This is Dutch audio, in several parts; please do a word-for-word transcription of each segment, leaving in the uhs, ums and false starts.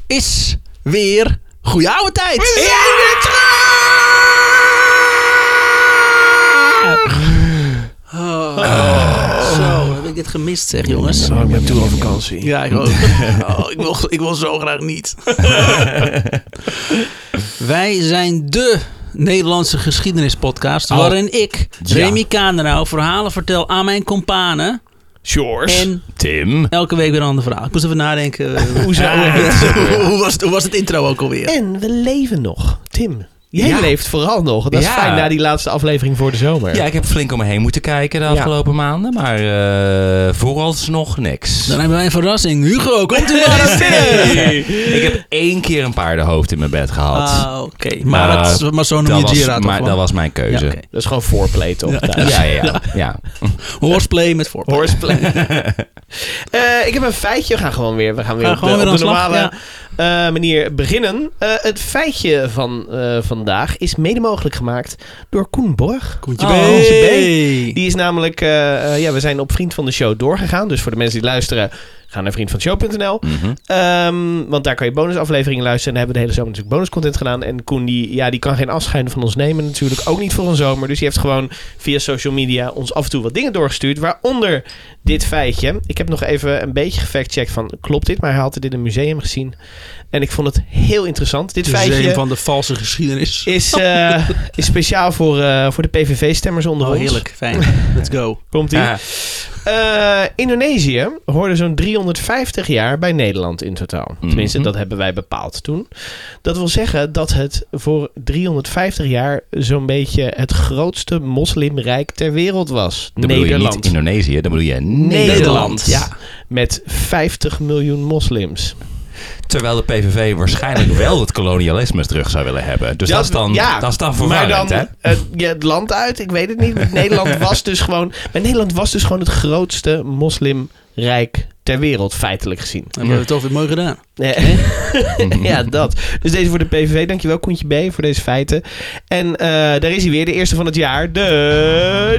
is weer goeie oude tijd. We zijn ja! weer terug! Oh, oh. Zo, heb ik dit gemist zeg jongens. Oh, ik ben toe op vakantie. Ja, ik ook. Oh, ik, wil, ik wil zo graag niet. Wij zijn de Nederlandse geschiedenispodcast oh. waarin ik, ja. Remy Kanerau, verhalen vertel aan mijn companen. Sjors. En Tim. Elke week weer een ander verhaal. Ik moest even nadenken. hoe, zou, hoe, hoe, was het, hoe was het intro ook alweer? En we leven nog, Tim. Jij ja. leeft vooral nog. Dat is ja. fijn na die laatste aflevering voor de zomer. Ja, ik heb flink om me heen moeten kijken de afgelopen ja. maanden. Maar uh, vooralsnog niks. Dan hebben wij een verrassing. Hugo, komt u maar binnen. Ik heb één keer een paardenhoofd in mijn bed gehad. Ah, oké. Okay. Maar, uh, dat, maar zo noem je Gira toch Maar wel? dat was mijn keuze. Ja, okay. Dat is gewoon foreplay toch? Ja, ja, ja. ja, ja. Horseplay met foreplay. Horseplay. uh, ik heb een feitje. We gaan gewoon weer, we gaan weer gaan op gewoon de, weer op de normale ja. uh, manier beginnen. Uh, het feitje van uh, vandaag is mede mogelijk gemaakt door Koen Borg. Koentje oh, B. B. Die is namelijk... Uh, uh, ja, we zijn op Vriend van de Show doorgegaan. Dus voor de mensen die luisteren... Ga naar vriend van de show punt n l. Mm-hmm. Um, want daar kan je bonusafleveringen luisteren. En daar hebben we de hele zomer natuurlijk bonuscontent gedaan. En Koen, die, ja, die kan geen afscheid van ons nemen natuurlijk. Ook niet voor een zomer. Dus die heeft gewoon via social media ons af en toe wat dingen doorgestuurd. Waaronder dit feitje. Ik heb nog even een beetje gefactcheckt van... Klopt dit? Maar hij had dit in een museum gezien. En ik vond het heel interessant. Dit museum feitje van de valse geschiedenis. Is, uh, is speciaal voor, uh, voor de P V V-stemmers onder oh, ons. Heerlijk. Fijn. Let's go. Komt-ie. Ah. Uh, Indonesië hoorde zo'n driehonderdvijftig jaar bij Nederland in totaal. Mm-hmm. Tenminste, dat hebben wij bepaald toen. Dat wil zeggen dat het voor driehonderdvijftig jaar zo'n beetje het grootste moslimrijk ter wereld was. Dan Nederland. bedoel je niet Indonesië, dan bedoel je Nederland. Nederland, ja. Met vijftig miljoen moslims. Terwijl de P V V waarschijnlijk wel het kolonialisme terug zou willen hebben. Dus ja, dat is dan, ja, dat is dan verwarrend, maar dan, hè? Uh, ja, het land uit, ik weet het niet. Nederland was dus gewoon... Maar Nederland was dus gewoon het grootste moslimrijk ter wereld, feitelijk gezien. En we hebben het toch weer mooi gedaan. Ja, ja, dat. Dus deze voor de P V V. Dankjewel, Koentje B, voor deze feiten. En uh, daar is hij weer, de eerste van het jaar. De...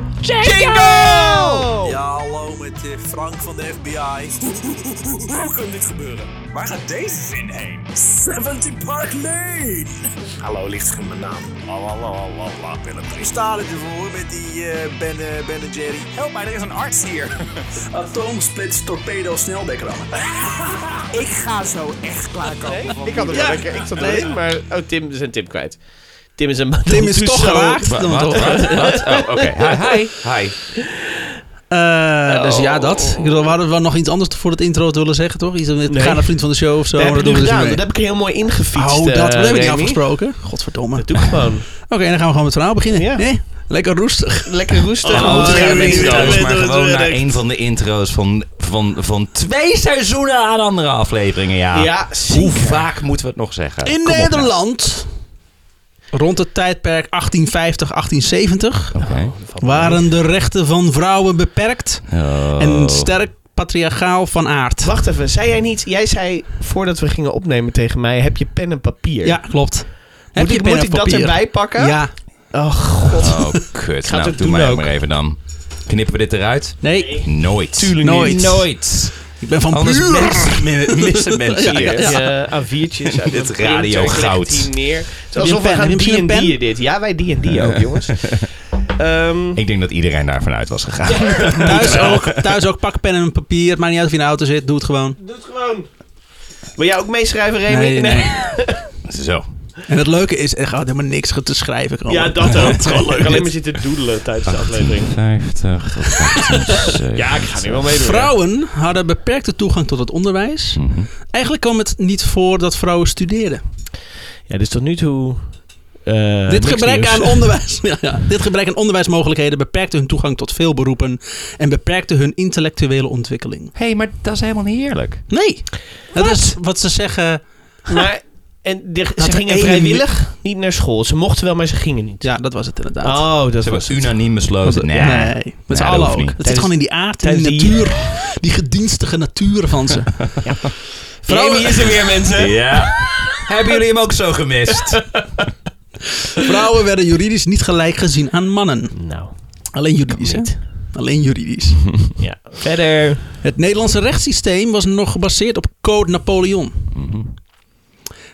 Jingle! Ja, hallo met uh, Frank van de F B I. Hoe kan dit gebeuren? Waar gaat deze zin heen? zeventig Park Lane. Hallo, ligt geen mijn naam. Lalalala, Willem. Ik sta ervoor met die uh, Ben, uh, Ben en Jerry. Help mij, er is een arts hier. Atoomsplits torpedo sneldekker. Ik ga zo echt klaarkomen. Nee, ik had hem ja. lekker. Ik zat erin, maar... Oh, Tim is een Tim kwijt. Tim is een... Tim is toch geraakt. Wat? Wat? Wat? Oh, oké. Okay. Hi, hi. Hi. Uh, oh. Dus ja, dat. Ik bedoel, we hadden wel nog iets anders voor het intro te willen zeggen, toch? Iets met, nee. Ga naar vriend van de show of zo. Dat, maar heb, dat, doen we gedaan. dus dat heb ik er heel mooi ingefietst. Oh, dat uh, hebben we niet Remy. afgesproken. Godverdomme. Dat doe ik gewoon. Oké, okay, dan gaan we gewoon met het verhaal beginnen. Ja. Nee? Lekker roestig. Lekker roestig. Oh, oh, gaan mensen trouwens maar gewoon naar een van de intro's van, van, van twee seizoenen aan andere afleveringen. Ja, ja hoe vaak moeten we het nog zeggen? In Kom Nederland... Rond het tijdperk achttien vijftig, achttien zeventig okay. waren de rechten van vrouwen beperkt oh. en sterk patriarchaal van aard. Wacht even, zei jij niet... Jij zei voordat we gingen opnemen tegen mij, heb je pen en papier? Ja, klopt. Heb moet je ik, pen moet ik dat erbij pakken? Ja. Oh, god. Oh, kut. Nou, doe mij ook maar even dan. Knippen we dit eruit? Nee. Nooit. Tuurlijk Nooit. niet. Nooit. Ik ben van Anders missen, missen mensen hier. Ja, ja. Uh, A viertjes uit dit radio goud. Neer. Alsof we gaan D en D'en dit. Ja, wij D en D ook, jongens. Um, ik denk dat iedereen daarvan uit was gegaan. thuis, ook, thuis ook pak pen en papier. Het maakt niet uit of je in de auto zit. Doe het gewoon. Doe het gewoon. Wil jij ook meeschrijven, Remy? Nee, nee. Zo. En het leuke is, er gaat helemaal niks te schrijven komen. Ja, dat ook. Het is gewoon leuk. Alleen maar zitten doedelen tijdens de aflevering. vijftig tot achttien, ja, ik ga nu wel meedoen. Vrouwen hadden beperkte toegang tot het onderwijs. Mm-hmm. Eigenlijk kwam het niet voor dat vrouwen studeerden. Ja, dus tot nu toe... Uh, dit, gebrek aan onderwijs, ja, ja. dit gebrek aan onderwijsmogelijkheden beperkte hun toegang tot veel beroepen en beperkte hun intellectuele ontwikkeling. Hé, hey, maar dat is helemaal niet eerlijk. Nee, wat? Dat is wat ze zeggen... Maar... En de, ze gingen vrijwillig mi- niet naar school. Ze mochten wel, maar ze gingen niet. Ja, dat was het inderdaad. Oh, dat ze was het. unaniem besloten. Nee, nee met z'n nee, allen ook. Het zit gewoon in die aard en die natuur. Die, die gedienstige natuur van ze. Ja. Vrouwen is er weer, mensen. Ja. Hebben jullie hem ook zo gemist? Vrouwen werden juridisch niet gelijk gezien aan mannen. Nou. Alleen juridisch, hè? Alleen juridisch. Ja. Verder. Het Nederlandse rechtssysteem was nog gebaseerd op Code Napoleon. Mm-hmm.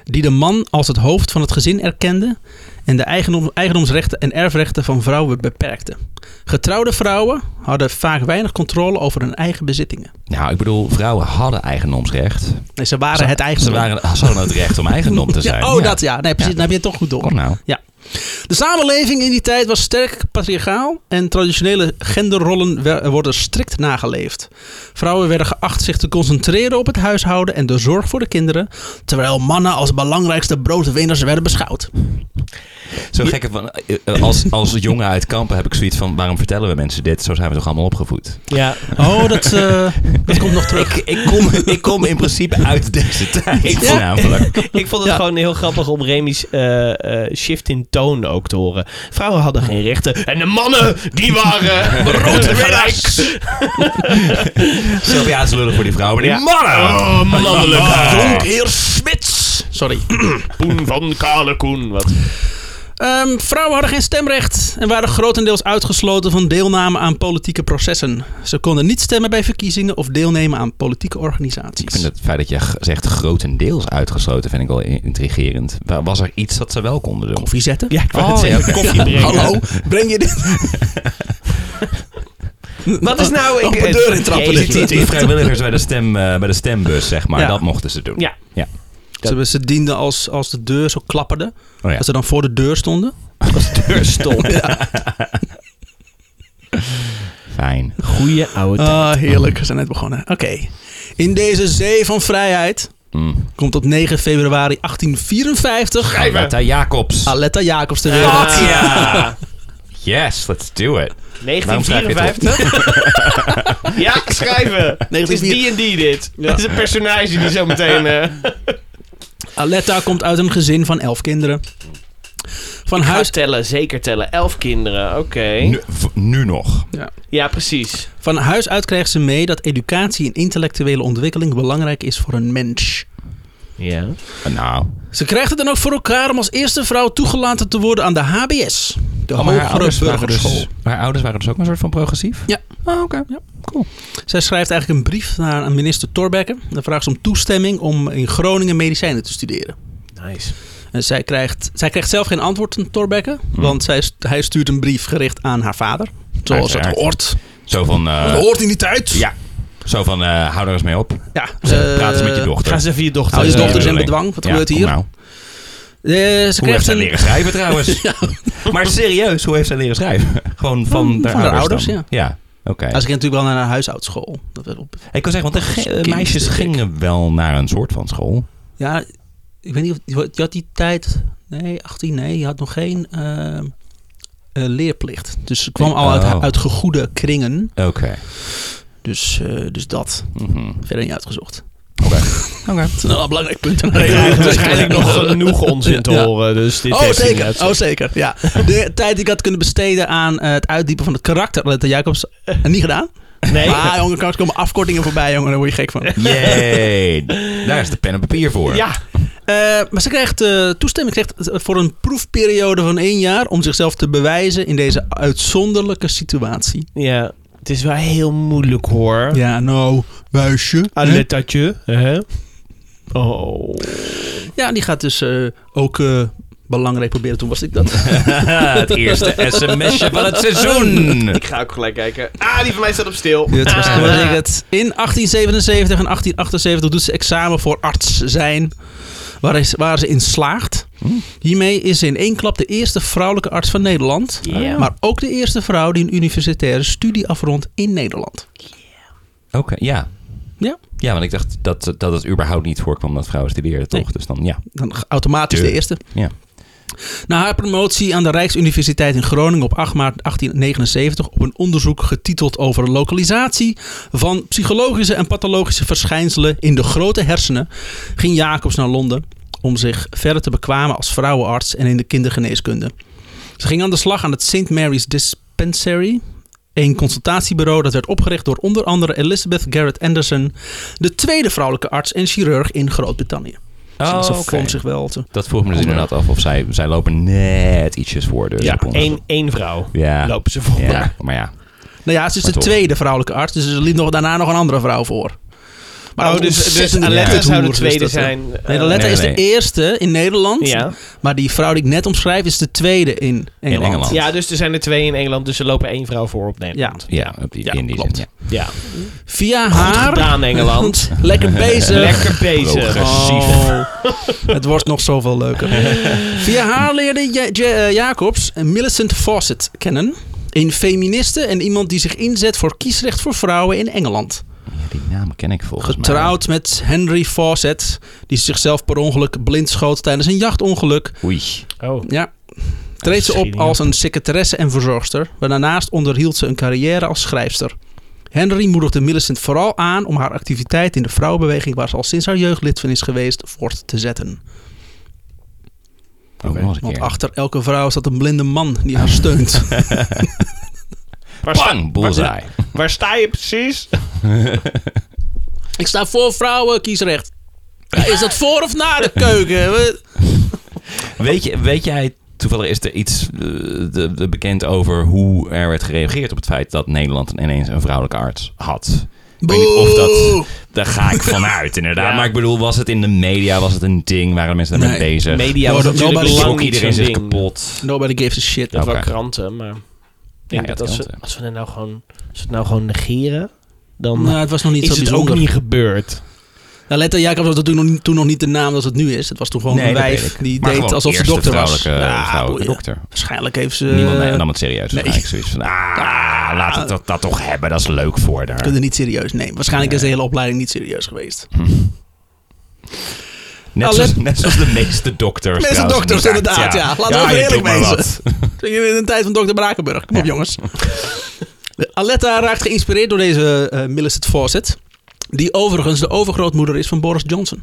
die de man als het hoofd van het gezin erkende en de eigendom, eigendomsrechten en erfrechten van vrouwen beperkte. Getrouwde vrouwen hadden vaak weinig controle over hun eigen bezittingen. Nou, ik bedoel, vrouwen hadden eigendomsrecht. Nee, ze waren ze, het eigendom. Ze, waren, ze hadden het recht om eigendom te zijn. Ja, oh, ja. dat ja. Nee, precies. Ja. Dan heb je het toch goed door. Oh, nou. Ja. De samenleving in die tijd was sterk patriarchaal en traditionele genderrollen wer- worden strikt nageleefd. Vrouwen werden geacht zich te concentreren op het huishouden en de zorg voor de kinderen, terwijl mannen als belangrijkste broodwinners werden beschouwd. Zo gek van, als, als jongen uit Kampen heb ik zoiets van, waarom vertellen we mensen dit? Zo zijn we toch allemaal opgevoed? Ja. Oh, dat, uh, dat komt nog terug. Ik, ik, kom, ik kom in principe uit deze tijd. Ik vond, namelijk. Ik vond het Ja. gewoon heel grappig om Remy's uh, uh, shift in toon ook te horen. Vrouwen hadden geen rechten en de mannen, die waren broodwinners. Zo heb je aan te lullen voor die vrouwen. Maar die Ja. mannen! Oh, mannelijk. Jonkheer Smits. Sorry. Poen van Kale Koen. Wat? Um, vrouwen hadden geen stemrecht en waren grotendeels uitgesloten van deelname aan politieke processen. Ze konden niet stemmen bij verkiezingen of deelnemen aan politieke organisaties. Ik vind het feit dat je g- zegt grotendeels uitgesloten, vind ik wel i- intrigerend. Wa- Was er iets dat ze wel konden doen? Koffie zetten? Ja, ik wou Oh, het zeggen. ja. Koffie brengen. Hallo, breng je dit? Wat is nou... Op Ik, een deur intrappen. Jezus, Die, die vrijwilligers bij de, stem, uh, bij de stembus, zeg maar, Ja. dat mochten ze doen. Ja. ja. Ze, ze dienden als, als de deur zo klapperde. Oh ja. Dat ze dan voor de deur stonden. Als de deur stond. Ja. Fijn. Goeie oude tijd. Ah, heerlijk. We zijn net begonnen. Oké. Okay. In deze zee van vrijheid Mm. komt op negen februari achttien vierenvijftig Aletta Jacobs. Aletta Jacobs ter wereld. Ah, ja. Yes, let's do it. negentien Waarom schrijf je het vierenvijftig? Ja, schrijven. Het is negentien die en die dit. Het is een personage die zo meteen... Uh... Aletta komt uit een gezin van elf kinderen. Van Huis huis, tellen, zeker tellen. Elf kinderen, oké. Nu, v- nu nog. ja. Ja, precies. Van huis uit krijgt ze mee dat educatie en intellectuele ontwikkeling belangrijk is voor een mens. Ja. Nou, Ze krijgt het dan ook voor elkaar om als eerste vrouw toegelaten te worden aan de H B S. De oh, maar haar Hogere ouders, waren Burgerschool. dus, haar ouders waren dus ook een soort van progressief? Ja. Oh, oké. Ja. Cool. Zij schrijft eigenlijk een brief naar minister Thorbecke. Dan vraagt ze om toestemming om in Groningen medicijnen te studeren. Nice. En zij krijgt, zij krijgt zelf geen antwoord van Thorbecke. Hmm. Want zij, hij stuurt een brief gericht aan haar vader. Zoals het Uiteraard. hoort. Zo van... uh, Dat hoort in die tijd. ja. Zo van, uh, hou er eens mee op. Ja, Uh, Praat eens met je eh, dochter. Ga eens even je dochter... Hou je Dat is dochters de in bedoeling. bedwang. Wat Ja, gebeurt kom hier? nou. Eh, ze Hoe heeft krijgt zij een... leren schrijven trouwens? Ja. Maar serieus, hoe heeft zij leren schrijven? Gewoon van, Van- van haar ouders, dan? ja. Ja, oké. Nou, ze ging natuurlijk wel naar een huishoudschool. Dat werd op... Ik kan zeggen, want de ge- Kind, meisjes denk ik. gingen wel naar een soort van school. Ja, ik weet niet of... Je had die tijd... Nee, achttien, nee. Je had nog geen uh, uh, leerplicht. Dus ze kwam al uit, Oh. uit gegoede kringen. Oké. Dus, uh, dus dat. Mhm. Verder niet uitgezocht. Oké. Oké. Dat is wel een belangrijk punt. Je krijgt waarschijnlijk nog genoeg onzin te Ja. horen. Dus dit Oh heeft hij niet zeker, uitgezocht. oh zeker, ja. De tijd die ik had kunnen besteden aan uh, het uitdiepen van het karakter Aletta Jacobs, uh, niet gedaan. Nee. Maar jongen, er komen afkortingen voorbij, jongen, daar word je gek van. Yay. Daar is de pen en papier voor. Ja. Uh, maar ze krijgt uh, toestemming krijgt voor een proefperiode van één jaar om zichzelf te bewijzen in deze uitzonderlijke situatie. Ja. Het is wel heel moeilijk hoor. Ja, nou, buisje. Alettaatje. Hè? Oh. Ja, die gaat dus uh, ook uh, belangrijk proberen. Toen was ik dat. Het eerste sms'je van het seizoen. Ik ga ook gelijk kijken. Ah, die van mij staat op stil. Ja, het was, Ah. was ik het. In achttien zevenenzeventig en achttien achtenzeventig doet ze examen voor arts zijn. Waar, is, waar ze in slaagt. Hiermee is ze in één klap de eerste vrouwelijke arts van Nederland. Yeah. Maar ook de eerste vrouw die een universitaire studie afrondt in Nederland. Oké, okay, ja. Ja. Ja, want ik dacht dat, dat het überhaupt niet voorkwam dat vrouwen studeerden, toch? Nee. Dus dan, ja. Dan automatisch Tuur. de eerste. Ja. Na haar promotie aan de Rijksuniversiteit in Groningen op acht maart achttien negenenzeventig op een onderzoek getiteld over lokalisatie van psychologische en pathologische verschijnselen in de grote hersenen, ging Jacobs naar Londen om zich verder te bekwamen als vrouwenarts en in de kindergeneeskunde. Ze ging aan de slag aan het Saint Mary's Dispensary, een consultatiebureau dat werd opgericht door onder andere Elizabeth Garrett Anderson, de tweede vrouwelijke arts en chirurg in Groot-Brittannië. Oh, Ze oké. vond zich wel te... Dat vroeg me dus inderdaad af of zij, zij lopen net ietsjes voor. Dus Ja, op ons. één, één vrouw Ja. lopen ze voor. Ja, maar ja. Nou ja, ze is Maar de toch. tweede vrouwelijke arts, dus er liep nog, daarna nog een andere vrouw voor. Maar oh, dus, dus Aletta zou de tweede zijn. Uh, nee, Aletta nee, is nee. de eerste in Nederland. Ja. Maar die vrouw die ik net omschrijf is de tweede in Engeland. In Engeland. Ja, dus er zijn er twee in Engeland. Dus er lopen één vrouw voor op Nederland. Ja, op die, Ja, in die klopt. zin. Ja. Via Goed haar... gedaan, Engeland. Lekker bezig. Lekker bezig. Oh, het wordt nog zoveel leuker. Via haar leerde Ja- Ja- Jacobs Millicent Fawcett kennen. Een feministe en iemand die zich inzet voor kiesrecht voor vrouwen in Engeland. Ja, die naam ken ik volgens mij. Getrouwd met Henry Fawcett, die zichzelf per ongeluk blind schoot tijdens een jachtongeluk. Oei. Oh. Ja. Treedt ze op als een secretaresse en verzorgster, maar daarnaast onderhield ze een carrière als schrijfster. Henry moedigde Millicent vooral aan om haar activiteit in de vrouwenbeweging, waar ze al sinds haar jeugd lid van is geweest, voort te zetten. Oh, nog eens een Want keer. achter elke vrouw staat een blinde man die haar steunt. Waar, sta, Bang, bullseye. waar, waar sta je precies? Ik sta voor vrouwen, kiesrecht. Ja, is dat voor of na de keuken? We- Weet, je, weet jij, toevallig is er iets uh, de, de bekend over hoe er werd gereageerd op het feit dat Nederland ineens een vrouwelijke arts had? Ik weet niet of dat... Boe! Daar ga ik vanuit, inderdaad. Ja. Maar ik bedoel, was het in de media? Was het een ding? Waren mensen daarmee Nee. bezig? Media No, was no, natuurlijk nobody- lang Schrok niet iedereen zo'n zich ding. kapot? Nobody gives a shit. Dat Oké. wel kranten, maar... Ik denk Ja, dat als we, kranten. als we het nou gewoon, als we het nou gewoon negeren, dan Nou, het was nog niet is zo het bijzonder. ook niet gebeurd. Aletta Jacobs was toen nog, niet, toen nog niet de naam als het nu is. Het was toen gewoon Nee, een dat wijf weet ik. die Maar deed gewoon alsof ze eerste dokter was. vrouwelijke, Ja, vrouwelijke boeien. dokter. Waarschijnlijk heeft ze... Niemand nee, nam het serieus. nee. Nee. Ik zoiets van, ah, laat het dat, dat toch hebben. Dat is leuk voor haar. Kunnen niet serieus nemen. Waarschijnlijk Nee. is de hele opleiding niet serieus geweest. Net, Allet- zoals, net zoals de meeste dokters. Meeste trouwens, dokters, die tijd, inderdaad, ja. Laten we Ja, even je eerlijk doet maar wezen. wat. In de tijd van dokter Brakenburg. Kom op, jongens. Aletta raakt geïnspireerd door deze uh, Millicent Fawcett. Die overigens de overgrootmoeder is van Boris Johnson.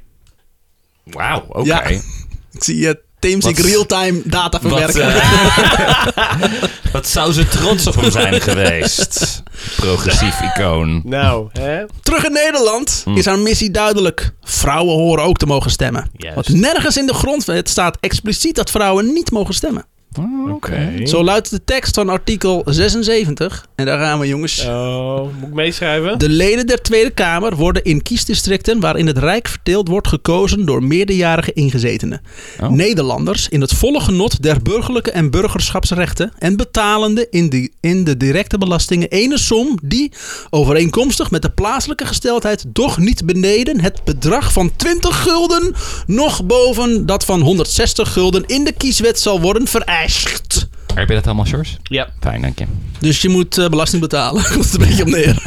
Wauw, oké. Ja. Ik zie je Teamspeak Wat- real-time data Wat, verwerken. eh, wat zou ze trots op hem zijn geweest? Progressief icoon. Nou, hè? Terug in Nederland Hm. is haar missie duidelijk. Vrouwen horen ook te mogen stemmen. Juist. Want nergens in de grondwet staat expliciet dat vrouwen niet mogen stemmen. Oké. Zo luidt de tekst van artikel zesenzeventig. En daar gaan we, jongens. Oh, moet ik meeschrijven? De leden der Tweede Kamer worden in kiesdistricten waarin het Rijk verdeeld wordt gekozen door meerderjarige ingezetenen. Oh. Nederlanders in het volle genot der burgerlijke en burgerschapsrechten en betalende in de, in de directe belastingen ene som die, overeenkomstig met de plaatselijke gesteldheid, doch niet beneden het bedrag van twintig gulden, nog boven dat van honderdzestig gulden in de kieswet zal worden vereist. Heb je dat allemaal, Sjors? Ja. Fijn, dank je. Dus je moet uh, belasting betalen. Daar komt het een beetje op neer.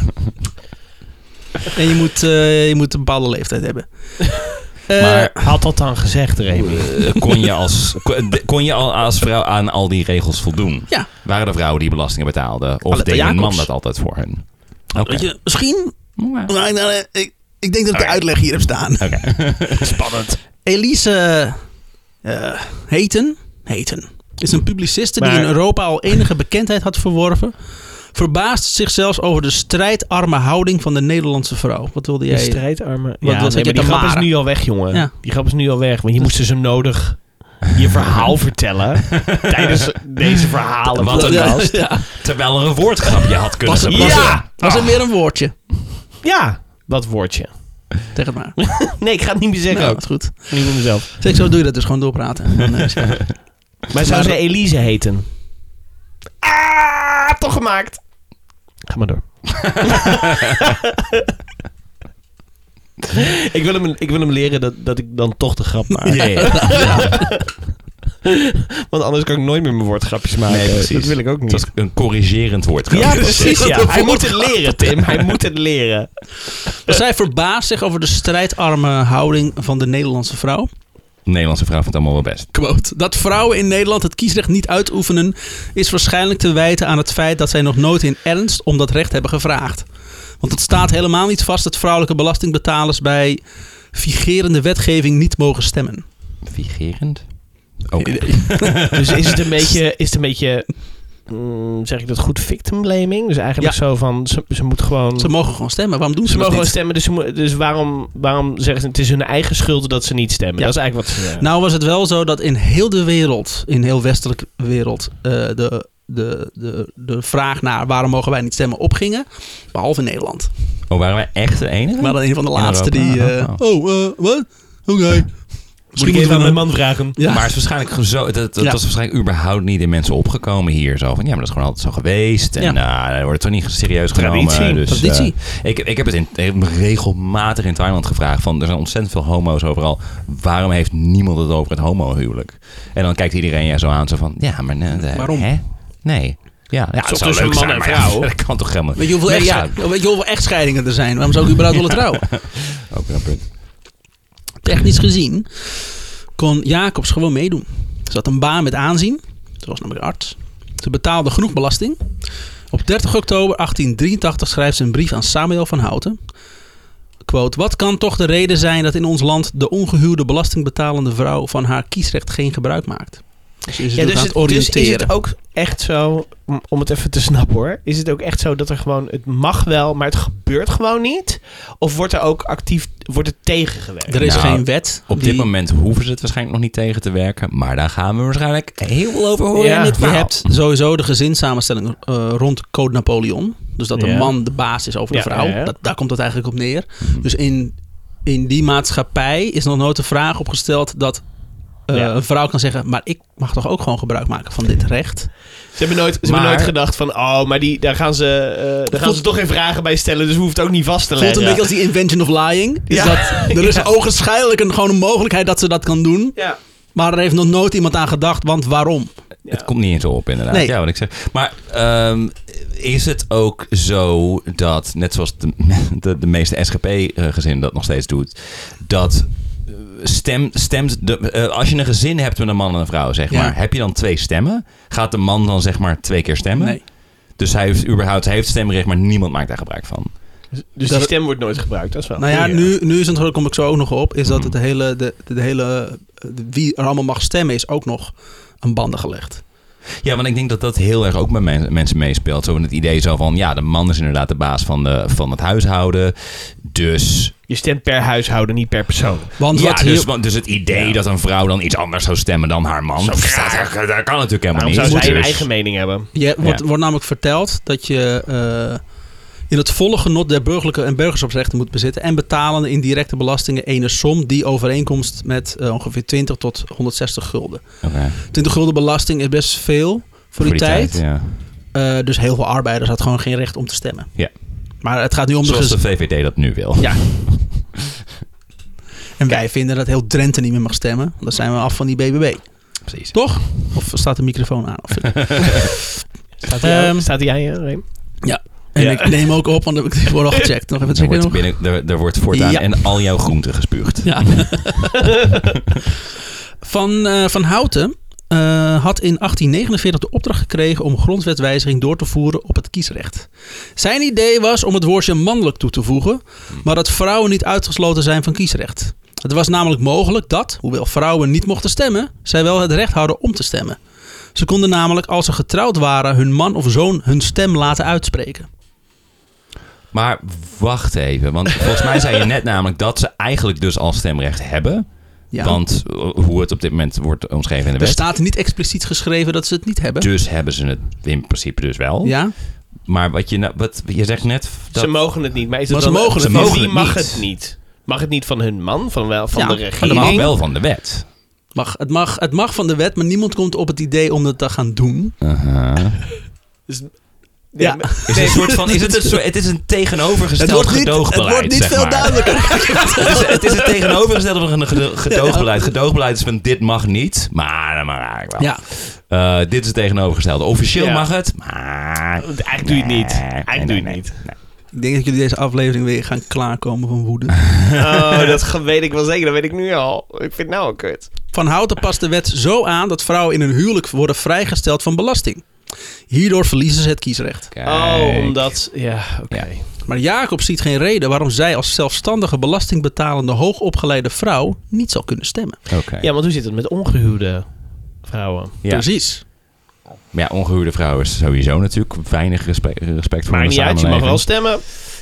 En je moet, uh, je moet een bepaalde leeftijd hebben. Uh, Maar Had dat dan gezegd, Remy? eh, kon je, als, kon, kon je al als vrouw aan al die regels voldoen? Ja. Waren er vrouwen die belastingen betaalden? Of Aletta deed een man Jacobs. dat altijd voor hen? Oké. Weet je, misschien... Oké. Nou, nou, ik, ik denk dat ik de Oké. uitleg hier heb staan. Oké. Spannend. Elise uh, Heten, Heten is een publiciste die Maar- in Europa al enige bekendheid had verworven. Verbaast zich zelfs over de strijdarme houding van de Nederlandse vrouw. Wat wilde De jij? strijdarmen. Wat- Ja, wat nee, zeg maar je, die grap is Tamara? nu al weg, jongen. Ja. Die grap is nu al weg. Want je moest dus hem nodig je verhaal vertellen tijdens deze verhalen. Wat een Ja, gast. ja. Terwijl er een woordgrapje had kunnen Was, er, gebeuren. was, er, was er weer een woordje? Ja, dat woordje. Zeg het maar. Nee, ik ga het niet meer zeggen Nou, ook. is goed. Niet voor mezelf. Zeg, zo doe je dat dus gewoon doorpraten. Dan, uh, is het klaar. Maar zou Maar- ze Elise heten? Ah, toch gemaakt. Ga maar door. ik, wil hem, ik wil hem leren dat, dat ik dan toch de grap maak. Ja, ja. Want anders kan ik nooit meer mijn woordgrapjes maken. Nee, precies. Dat wil ik ook niet. Dat is een corrigerend woordgrapje. Ja, precies. Ja. Hij moet het woordgrap. leren, Tim. Hij moet het leren. Dus zij verbaast zich over de strijdarme houding van de Nederlandse vrouw. De Nederlandse vrouw vindt het allemaal wel best. Quote. Dat vrouwen in Nederland het kiesrecht niet uitoefenen is waarschijnlijk te wijten aan het feit dat zij nog nooit in ernst om dat recht hebben gevraagd. Want het staat helemaal niet vast dat vrouwelijke belastingbetalers bij vigerende wetgeving niet mogen stemmen. Vigerend? Oké. Dus is het een beetje... Is het een beetje mm, zeg ik dat goed? Victim blaming? Dus eigenlijk Ja. zo van... Ze, ze moet gewoon... Ze mogen gewoon stemmen. Waarom doen ze, Ze dat mogen niet? gewoon stemmen, dus, ze mo- dus waarom, waarom zeggen ze... Het is hun eigen schuld dat ze niet stemmen. Ja. Dat is eigenlijk wat ze zeggen. Nou was het wel zo dat in heel de wereld, in heel westelijke wereld, uh, de de, de, de vraag naar waarom mogen wij niet stemmen opgingen. Behalve in Nederland. Oh, waren wij echt de enige? We hadden een van de In laatste Europa? die... uh, Oh, oh, uh, wat? Oké. Okay. Moet ik even aan mijn man vragen. Ja. Maar het is waarschijnlijk gewoon zo, dat, dat Ja. was waarschijnlijk überhaupt niet in mensen opgekomen hier. Zo van, ja, maar dat is gewoon altijd zo geweest. En Ja. nou, dat wordt toch niet serieus genomen. Traditie. Dus, Traditie. eh, ik, ik heb het in, ik heb me regelmatig in Thailand gevraagd van, er zijn ontzettend veel homo's overal. Waarom heeft niemand het over het homohuwelijk? En dan kijkt iedereen je zo aan, zo van, ja, maar nee, nee, Waarom? Hè? Nee. Ja, ja, het Toch zou tussen leuk man zijn, en maar ja, vrouw? dat kan toch helemaal... Weet je hoeveel, Nee, echt, ja. weet je hoeveel echtscheidingen er zijn? Waarom zou ik überhaupt willen trouwen? Ook weer een punt. Technisch gezien kon Jacobs gewoon meedoen. Ze had een baan met aanzien. Ze was namelijk arts. Ze betaalde genoeg belasting. Op dertig oktober achttien drieëntachtig schrijft ze een brief aan Samuel van Houten. Quote, wat kan toch de reden zijn dat in ons land de ongehuwde belastingbetalende vrouw van haar kiesrecht geen gebruik maakt? Dus je is Ja, het dus, aan het, het dus oriënteren. is het ook echt zo, om- om het even te snappen hoor, is het ook echt zo dat er gewoon, het mag wel, maar het gebeurt gewoon niet? Of wordt er ook actief, wordt het tegengewerkt? Er is Nou, geen wet. Op die- dit moment hoeven ze het waarschijnlijk nog niet tegen te werken. Maar daar gaan we waarschijnlijk heel veel over horen Ja, in dit Je verhaal. hebt sowieso de gezinssamenstelling uh, rond Code Napoleon. Dus dat de Ja. man de baas is over de Ja, vrouw. ja, ja. Dat, daar komt het eigenlijk op neer. Mhm. Dus in, in die maatschappij is nog nooit de vraag opgesteld dat uh, Ja. een vrouw kan zeggen, maar ik mag toch ook gewoon gebruik maken van dit recht? Ze hebben nooit, ze Maar- hebben nooit gedacht van, oh, maar die, daar gaan ze, eh, daar gaan ze toch geen vragen bij stellen, dus we hoeven het ook niet vast te Voelt leggen. een beetje als die invention of lying. Is Ja. dat, er is Ja. ogenschijnlijk een, gewoon een mogelijkheid dat ze dat kan doen. Ja. Maar er heeft nog nooit iemand aan gedacht, want waarom? Ja. Het komt niet eens op, inderdaad. Nee. Ja, wat ik zeg. Maar ehm, is het ook zo dat, net zoals de, de, de meeste S G P-gezinnen dat nog steeds doet, dat eh, stem, stemt de, eh, als je een gezin hebt met een man en een vrouw, zeg Ja. maar, heb je dan twee stemmen? Gaat de man dan zeg maar twee keer stemmen? Nee. Dus hij heeft überhaupt, hij heeft stemrecht, maar niemand maakt daar gebruik van. Dus die Dat- stem wordt nooit gebruikt, dat is wel. Nou ja, nu, nu is het, daar kom ik zo ook nog op, is dat Mhm. het de hele, de, de hele, de- wie er allemaal mag stemmen, is ook nog aan banden gelegd. Ja, want ik denk dat dat heel erg ook met men- mensen meespeelt. Zo in het idee zo van, ja, de man is inderdaad de baas van, de, van het huishouden. Dus, Je stemt per huishouden, niet per persoon. Want ja, wat dus, heel- want- dus het idee Ja. dat een vrouw dan iets anders zou stemmen dan haar man. Zo Dat, raar. dat, dat kan natuurlijk helemaal Waarom niet. zou zij een Dus- eigen mening hebben? je wordt, Ja. wordt namelijk verteld dat je uh, in het volle genot der burgerlijke en burgerschapsrechten moet bezitten en betalende indirecte belastingen ene som die overeenkomst met uh, ongeveer twintig tot honderdzestig gulden. Oké. twintig gulden belasting is best veel voor, die, tijd. ja. Uh, dus heel veel arbeiders had gewoon geen recht om te stemmen. Ja. Maar het gaat nu om de... Zoals gez- de V V D dat nu wil. Ja. En wij vinden dat heel Drenthe niet meer mag stemmen. Dan zijn we af van die B B B. Precies. Toch? Of staat de microfoon aan? Of Staat hij Ehm, staat hij aan je, Reem? ja. En Ja. ik neem ook op, want ik word al gecheckt. Nog even Er checken. wordt, Nog. binnen, er, er wordt voortaan Ja. en al jouw groenten gespuugd. Ja. Van, uh, van Houten uh, had in achttien negenenveertig de opdracht gekregen om grondwetwijziging door te voeren op het kiesrecht. Zijn idee was om het woordje mannelijk toe te voegen, maar dat vrouwen niet uitgesloten zijn van kiesrecht. Het was namelijk mogelijk dat, hoewel vrouwen niet mochten stemmen, zij wel het recht hadden om te stemmen. Ze konden namelijk, als ze getrouwd waren, hun man of zoon hun stem laten uitspreken. Maar wacht even, want volgens mij zei je net namelijk dat ze eigenlijk dus al stemrecht hebben. Ja. Want uh, hoe het op dit moment wordt omschreven in de Er wet. staat niet expliciet geschreven dat ze het niet hebben. Dus hebben ze het in principe dus wel. Ja? Maar wat je, nou- wat, je zegt net... Dat, Ze mogen het niet, maar is het Maar ze dan- mogen het van niet. wie Ze mogen mag het het niet. niet? Mag het niet van hun man, van, wel, van Ja, de van de dat regering? mag wel van de wet. Mag, het, mag, het mag van de wet, maar niemand komt op het idee om het te gaan doen. Uh-huh. Dus, Ja. maar- Is het, een soort van, is het, een soort, het is een tegenovergesteld Het wordt niet, gedoogbeleid, het wordt niet zeg veel maar. duidelijker. Het is, het is het tegenovergestelde van een gedo- gedoogbeleid. Gedoogbeleid is van dit mag niet, maar dat mag eigenlijk wel. Ja, Uh, dit is het tegenovergestelde. Officieel Ja. mag het, maar... Eigenlijk doe je het niet. Nee, Eigenlijk nee, doe je nee, het niet. nee. ik denk dat jullie deze aflevering weer gaan klaarkomen van woede. Oh, dat ge- weet ik wel zeker. Dat weet ik nu al. Ik vind het nou al kut. Van Houten past de wet zo aan dat vrouwen in hun huwelijk worden vrijgesteld van belasting. Hierdoor verliezen ze het kiesrecht. Kijk. Oh, omdat... Ja, oké. Ja. Maar Jacob ziet geen reden waarom zij als zelfstandige belastingbetalende hoogopgeleide vrouw niet zal kunnen stemmen. Oké. Ja, want hoe zit het met ongehuwde vrouwen? Ja. Precies. Maar ja, ongehuwde vrouwen is sowieso natuurlijk weinig respect, respect voor Maakt de niet uit, je mag samenleving. wel stemmen.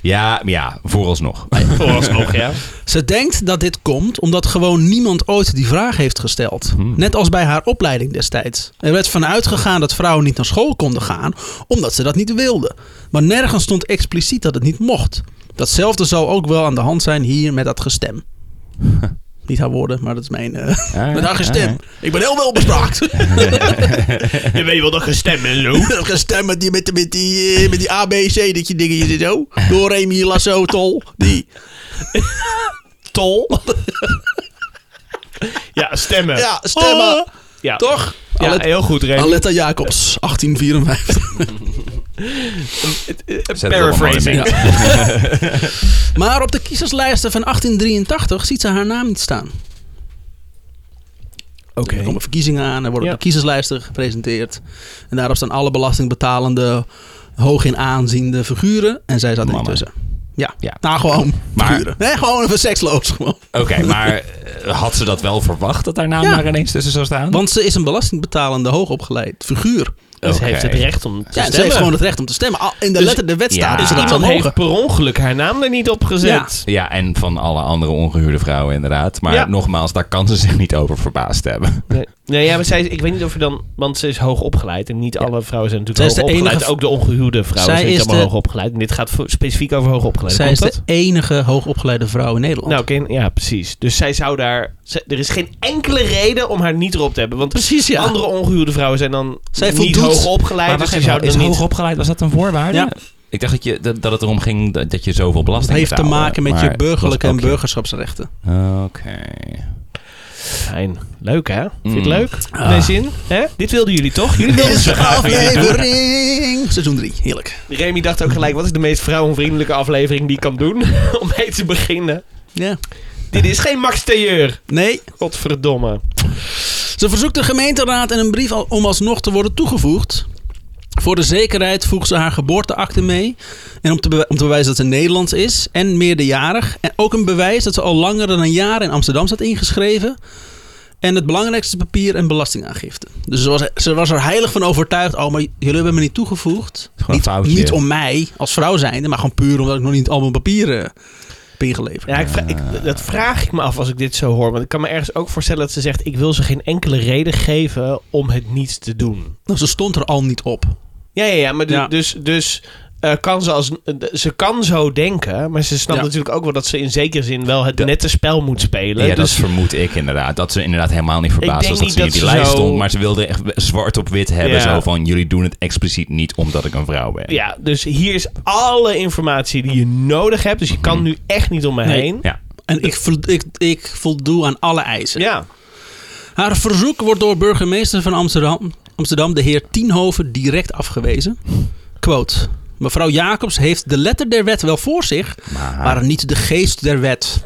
Ja, ja, vooralsnog. Vooralsnog, ja. Ze denkt dat dit komt omdat gewoon niemand ooit die vraag heeft gesteld. Hmm. Net als bij haar opleiding destijds. Er werd vanuit gegaan dat vrouwen niet naar school konden gaan omdat ze dat niet wilden. Maar nergens stond expliciet dat het niet mocht. Datzelfde zal ook wel aan de hand zijn hier met dat gestem. Niet haar woorden, maar dat is mijn... Uh, ja, met haar gestem. Ja. Ik ben heel wel bespraakt. Je weet wel dat gestem en zo. Dat gestem met die, met, met die, uh, met die A B C, dat je dingen zit zo. Door Remy Lasso, Tol. Die. Tol? Ja, stemmen. Ja, stemmen. Oh. Ja. Toch? Ja, Alet, heel goed, Remy. Aletta Jacobs, achttien vierenvijftig. Paraphrasing. Ja. Maar op de kiezerslijsten van achttien drieëntachtig ziet ze haar naam niet staan. Oké. Okay. Er komen verkiezingen aan, er worden ja. de kiezerslijsten gepresenteerd. En daarop staan alle belastingbetalende, hoog in aanziende figuren. En zij zat er niet tussen. Ja. ja, nou gewoon maar, figuren. Nee, gewoon even seksloos. Oké, okay, maar had ze dat wel verwacht dat haar naam ja. daar ineens tussen zou staan? Want ze is een belastingbetalende, hoogopgeleid figuur. Dus okay. Ze heeft het recht om te ja, stemmen. Ze heeft gewoon het recht om te stemmen. In de dus, letter de wet staat. Ja. Is er iemand heeft per ongeluk haar naam er niet op gezet. Ja, ja en van alle andere ongehuwde vrouwen inderdaad. Maar ja. nogmaals, daar kan ze zich niet over verbaasd hebben. Nee, nee ja, maar zij, ik weet niet of je dan... Want ze is hoog opgeleid. En niet ja. alle vrouwen zijn natuurlijk zij hoog opgeleid. Enige, ook de ongehuwde vrouwen zijn niet allemaal hoog opgeleid. En dit gaat specifiek over hoog opgeleid. Zij is de dat? enige hoogopgeleide vrouw in Nederland. Nou, okay, ja, precies. Dus zij zou daar... Zij, er is geen enkele reden om haar niet erop te hebben. Want precies, ja. andere ongehuwde vrouwen zijn dan zij niet hoog opgeleid. Dus is niet... hoog opgeleid, was dat een voorwaarde? Ja. Ik dacht dat, je, dat, dat het erom ging dat, dat je zoveel belasting betaalt. Het heeft betaalde, te maken met je burgerlijke en burgerschapsrechten. Oké. Okay. Fijn. Leuk, hè? Vind je het leuk? Ah. Deze zin? Hè? Dit wilden jullie toch? Jullie wilden zo graag aflevering. Seizoen drie. Heerlijk. Remy dacht ook gelijk, wat is de meest vrouwenvriendelijke aflevering die ik kan doen? Om mee te beginnen. Ja. Dit is geen Max Tailleur. Nee. Godverdomme. Ze verzoekt de gemeenteraad in een brief om alsnog te worden toegevoegd. Voor de zekerheid voegt ze haar geboorteakte mee. En om te, bew- om te bewijzen dat ze Nederlands is en meerderjarig. En ook een bewijs dat ze al langer dan een jaar in Amsterdam staat ingeschreven. En het belangrijkste papier en belastingaangifte. Dus ze was, ze was er heilig van overtuigd. Oh, maar jullie hebben me niet toegevoegd. Niet, niet om mij als vrouw zijnde, maar gewoon puur omdat ik nog niet al mijn papieren heb ingeleverd. Ja, ik vra- ik, dat vraag ik me af als ik dit zo hoor. Want ik kan me ergens ook voorstellen dat ze zegt... ik wil ze geen enkele reden geven om het niet te doen. Nou, ze stond er al niet op. Ja, ja, ja. Maar ja. dus... dus Uh, kan ze, als, uh, ze kan zo denken, maar ze snapt ja. natuurlijk ook wel dat ze in zekere zin wel het dat, nette spel moet spelen. Ja, dus, dat vermoed ik inderdaad. Dat ze inderdaad helemaal niet verbaasd was dat ze in die lijst zo... stond. Maar ze wilde echt zwart op wit hebben. Ja. Zo van, jullie doen het expliciet niet omdat ik een vrouw ben. Ja, dus hier is alle informatie die je nodig hebt. Dus je kan nu echt niet om me nee. heen. Ja. En ik, vo- ik, ik voldoe aan alle eisen. Ja. Haar verzoek wordt door burgemeester van Amsterdam, Amsterdam de heer Tienhoven, direct afgewezen. Quote... Mevrouw Jacobs heeft de letter der wet wel voor zich, maar, maar niet de geest der wet.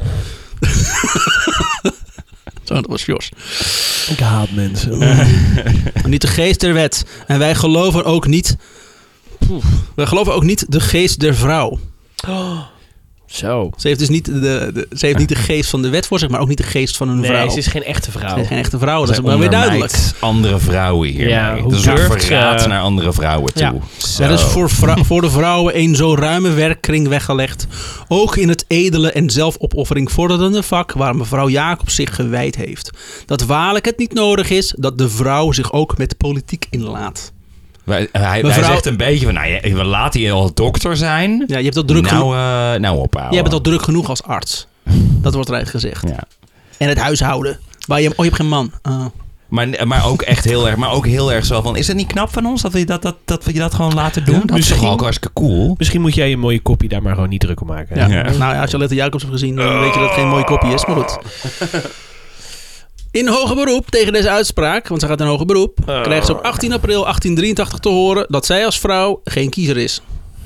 Zo, dat was Jos. Ik haat mensen. Uh, niet de geest der wet. En wij geloven ook niet... Poef, wij geloven ook niet de geest der vrouw. Oh. Zo. Ze heeft dus niet de, de, ze heeft niet de geest van de wet voor zich, maar ook niet de geest van een nee, vrouw. Nee, ze is geen echte vrouw. Ze is geen echte vrouw, dat is wel weer duidelijk. Andere vrouwen hier. Ja, dat is een verraad uh, naar andere vrouwen toe. Ja. Er is voor, vrou- voor de vrouwen een zo ruime werkkring weggelegd. Ook in het edele en zelfopoffering vorderende vak waar mevrouw Jacobs zich gewijd heeft. Dat waarlijk het niet nodig is dat de vrouw zich ook met politiek inlaat. Hij, hij, Mevrouw... hij zegt een beetje van, nou, je, laat hij al dokter zijn. Ja, je hebt al druk nou, genoeg. Uh, nou ophouden. Je hebt het al druk genoeg als arts. Dat wordt eruit gezegd. Ja. En het huishouden. Waar je, oh, je hebt geen man. Uh. Maar, maar ook echt heel erg, maar ook heel erg zo van, is het niet knap van ons dat we dat, dat, dat, we dat gewoon laten doen? Ja, dat misschien, is toch ook hartstikke cool. Misschien moet jij een mooie kopie daar maar gewoon niet druk om maken. Ja. Ja. Nou ja, als je Aletta Jacobs hebt gezien, dan oh. weet je dat het geen mooie kopie is. Maar goed. In hoger beroep tegen deze uitspraak, want ze gaat in hoger beroep, oh. krijgt ze op achttien april achttien drieëntachtig te horen dat zij als vrouw geen kiezer is.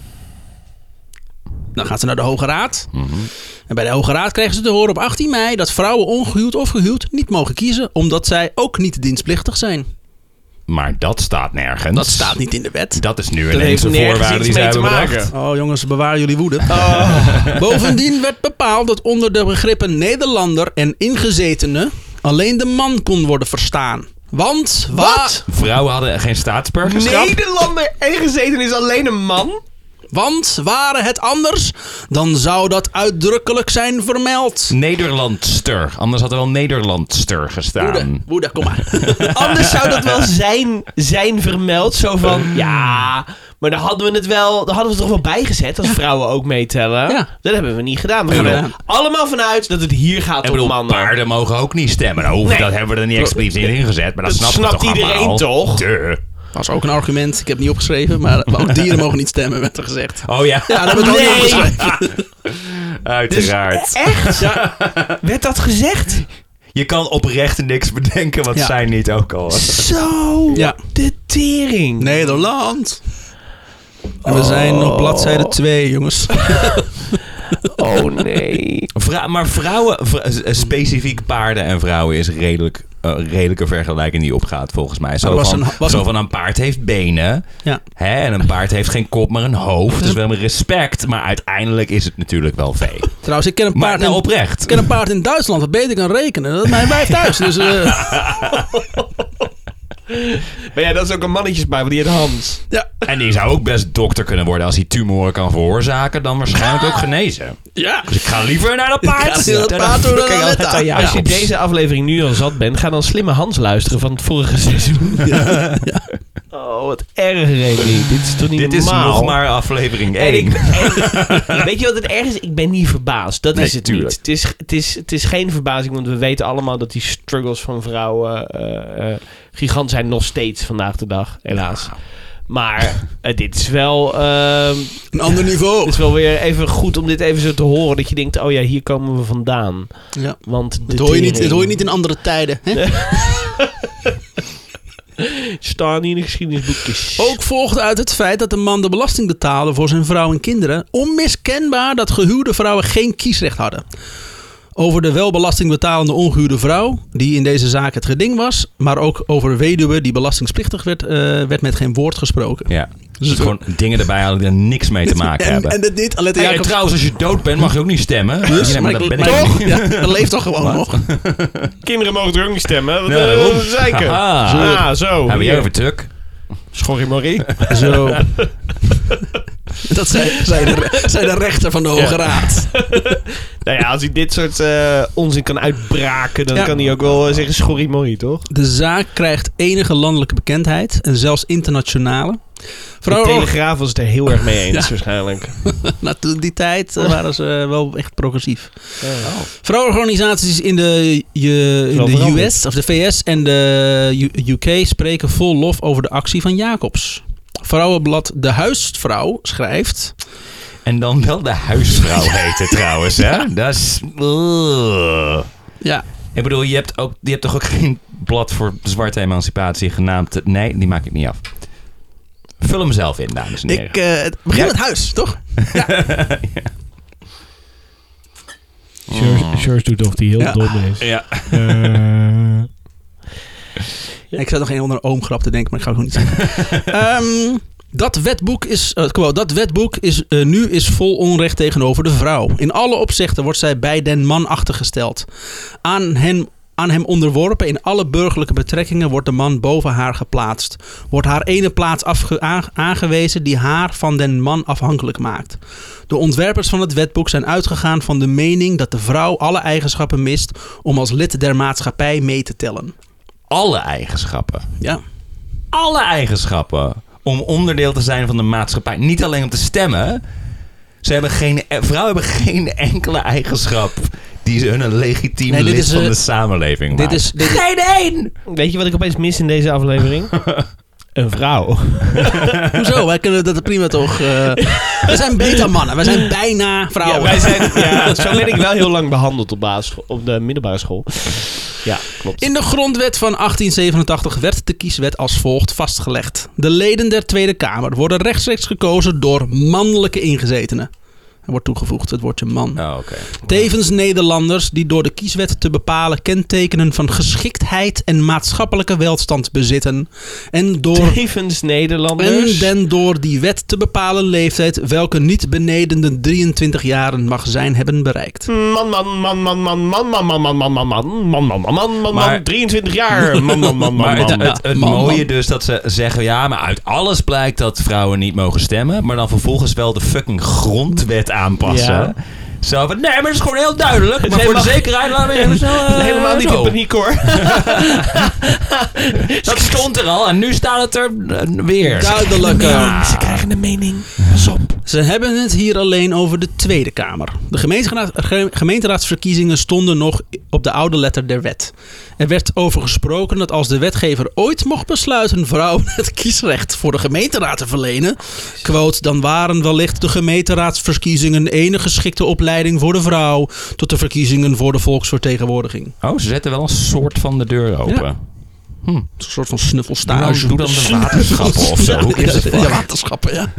Dan gaat ze naar de Hoge Raad. Mm-hmm. En bij de Hoge Raad krijgen ze te horen op achttien mei dat vrouwen ongehuwd of gehuwd niet mogen kiezen, omdat zij ook niet dienstplichtig zijn. Maar dat staat nergens. Dat staat niet in de wet. Dat is nu ineens een voorwaarde die ze hebben bedacht. Oh jongens, bewaar jullie woede. Oh. Bovendien werd bepaald dat onder de begrippen Nederlander en ingezetene alleen de man kon worden verstaan. Want, wat? Vrouwen hadden geen staatsburgerschap. Nederlander en gezeten is alleen een man? Want ware het anders, dan zou dat uitdrukkelijk zijn vermeld. Nederlandster. Anders had er wel Nederlandster gestaan. Woede, woede, kom maar. Anders zou dat wel zijn, zijn vermeld. Zo van, ja, maar dan hadden we het wel, dan hadden we het toch wel bijgezet als vrouwen ook meetellen. Ja. Dat hebben we niet gedaan. We gaan Ja. er allemaal vanuit dat het hier gaat Ik om bedoel, mannen. paarden mogen ook niet stemmen. Nou, Nee. Dat hebben we er niet expliciet in gezet. Maar dat, Dat snapt, snapt toch iedereen allemaal? toch? Duh. Dat was ook een argument. Ik heb het niet opgeschreven, maar ook dieren mogen niet stemmen, werd er gezegd. Oh ja. Ja, dat hebben we het ook niet Nee. opgeschreven. Uiteraard. Echt? Ja. Werd dat gezegd? Je kan oprecht niks bedenken wat Ja. zij niet ook al was. Zo, Ja. de tering. Nederland. En we zijn op bladzijde twee, jongens. Oh nee. Vrou- maar vrouwen, v- eh, specifiek paarden en vrouwen is redelijk, uh, redelijke vergelijking die opgaat volgens mij. Zo, Maar was van, een- was zo een- van een paard heeft benen Ja. hè, en een paard heeft geen kop maar een hoofd. Dus we hebben respect, maar uiteindelijk is het natuurlijk wel vee. Trouwens, ik ken een Maar paard, nou in, oprecht. ik ken een paard in Duitsland dat beter kan rekenen. Dat is mijn wijf thuis. Dus, eh, Maar ja, dat is ook een mannetjespaard, want die heet Hans. ja. En die zou ook best dokter kunnen worden als hij tumoren kan veroorzaken, dan waarschijnlijk ook genezen. Ja. Dus ik ga liever naar dat paard. Ik ga naar dat Dan paard toe dan fucking naar altijd Aletta. aan jou. Als je deze aflevering nu al zat bent, ga dan Slimme Hans luisteren van het vorige seizoen. Oh, wat erg, Remy. Dit is toch niet Dit is normaal? nog maar aflevering En één. ik, en- weet je wat het erg is? Ik ben niet verbaasd. Dat Nee, is het tuurlijk. niet. Het is, het, is, het is geen verbazing, want we weten allemaal dat die struggles van vrouwen eh, eh, gigant zijn nog steeds vandaag de dag, helaas. Maar eh, dit is wel... ehm, Een ander niveau. het is wel weer even goed om dit even zo te horen. Dat je denkt, oh ja, hier komen we vandaan. Ja. Want de Dit hoor, je niet, tering- dit hoor je niet in andere tijden. Hè? Staan niet in de geschiedenisboekjes. Ook volgt uit het feit dat de man de belasting betaalde voor zijn vrouw en kinderen onmiskenbaar dat gehuwde vrouwen geen kiesrecht hadden. Over de wel belastingbetalende ongehuwde vrouw, die in deze zaak het geding was, maar ook over weduwe die belastingplichtig werd, uh, werd met geen woord gesproken. Ja. Dus het gewoon dingen erbij hadden die er niks mee te maken en, hebben. en dit niet, Aletta Hey, Jacobs. trouwens, als je dood bent, mag je ook niet stemmen. Dus, Ja, maar maar dat ik- ben ik maar niet. toch, ja, dat leeft toch gewoon nog. Kinderen mogen er ook niet stemmen. Wat Ja, eh, daarom. wat zeiken. Haha. Ah, zo. Hebben jij Hier. over tuk? Schorrie Morrie. Zo. Dat zei, zei, de, zei de rechter van de Hoge Raad. Nou ja, als hij dit soort eh, onzin kan uitbraken, dan Ja. kan hij ook wel eh, zeggen Schorrie Morrie, toch? De zaak krijgt enige landelijke bekendheid en zelfs internationale. De Vooral Telegraaf was het er heel erg mee eens, Ja. waarschijnlijk. na toen die tijd eh, waren ze eh, wel echt progressief. Vrouwenorganisaties in de, je, in Wel de veranderd. U S of de V S en de U- UK spreken vol lof over de actie van Jacobs. Vrouwenblad De Huisvrouw schrijft... En dan wel de huisvrouw heet het trouwens, hè? Dat is... Ugh. Ja, Ik bedoel, je hebt, ook, je hebt toch ook geen blad voor zwarte emancipatie genaamd... Nee, die maak ik niet af. Vul hem zelf in, dames en heren. ik eh, het begin Ja. met huis, toch? George doet toch die heel Ja. dom is. Ja. Ja, ik zat nog geen onder een oomgrap te denken, maar ik ga het gewoon niet zeggen. Ehm, dat wetboek is, uh, quote, dat wetboek is uh, nu is vol onrecht tegenover de vrouw. In alle opzichten wordt zij bij den man achtergesteld. Aan hem, aan hem onderworpen in alle burgerlijke betrekkingen wordt de man boven haar geplaatst. Wordt haar ene plaats afge- aange- aangewezen die haar van den man afhankelijk maakt. De ontwerpers van het wetboek zijn uitgegaan van de mening dat de vrouw alle eigenschappen mist om als lid der maatschappij mee te tellen. Alle eigenschappen. Ja. Alle eigenschappen. Om onderdeel te zijn van de maatschappij. Niet alleen om te stemmen. Ze hebben geen, vrouwen hebben geen enkele eigenschap die ze hun een legitiem Nee, dit lid is, van uh, de samenleving Dit maakt. is, dit is, Geen één! Weet je wat ik opeens mis in deze aflevering? Een vrouw. hoezo? Wij kunnen dat prima toch... Uh, we zijn beta-mannen. We zijn bijna Ja, vrouwen. wij zijn, ja, zo ben ik wel heel lang behandeld op, basisschool, op de middelbare school. Ja, klopt. In de grondwet van achttien zevenentachtig werd de kieswet als volgt vastgelegd. De leden der Tweede Kamer worden rechtstreeks gekozen door mannelijke ingezetenen. Er wordt toegevoegd het woordje man. Oh, oké. Tevens Nederlanders die door de kieswet te bepalen kentekenen van geschiktheid en maatschappelijke welstand bezitten. En door, Tevens Nederlanders. en den door die wet te bepalen leeftijd welke niet beneden de drieëntwintig jaren mag zijn hebben bereikt. Man, man, man, man, man, man, man, man, man, man, man, man, man, man, man, man, man, Maar- drieëntwintig jaar. Man, man, man, Maar man, het, man. het, het Man, mooie man. dus dat ze zeggen... ja, maar uit alles blijkt dat vrouwen niet mogen stemmen... maar dan vervolgens wel de fucking grondwet aanpassen. Ja. Zo van, nee, maar het is gewoon heel duidelijk. Het Maar is voor de helemaal- zekerheid laten we even snel... eh, Helemaal niet zo. in paniek hoor. Dat stond er al en nu staat het er eh, weer. Duidelijk. eh, Ze krijgen een mening. Pas op. Ze hebben het hier alleen over de Tweede Kamer. De gemeenteraad, ge- gemeenteraadsverkiezingen stonden nog op de oude letter der wet. Er werd over gesproken dat als de wetgever ooit mocht besluiten vrouwen het kiesrecht voor de gemeenteraad te verlenen, quote, dan waren wellicht de gemeenteraadsverkiezingen enige geschikte opleiding voor de vrouw tot de verkiezingen voor de volksvertegenwoordiging. Oh, ze zetten wel een soort van de deur open. Ja. Hm. Een soort van Doe snuffelstage. dan, doe dan de waterschappen of zo. Hoe is het? Ja, ja, waterschappen, ja.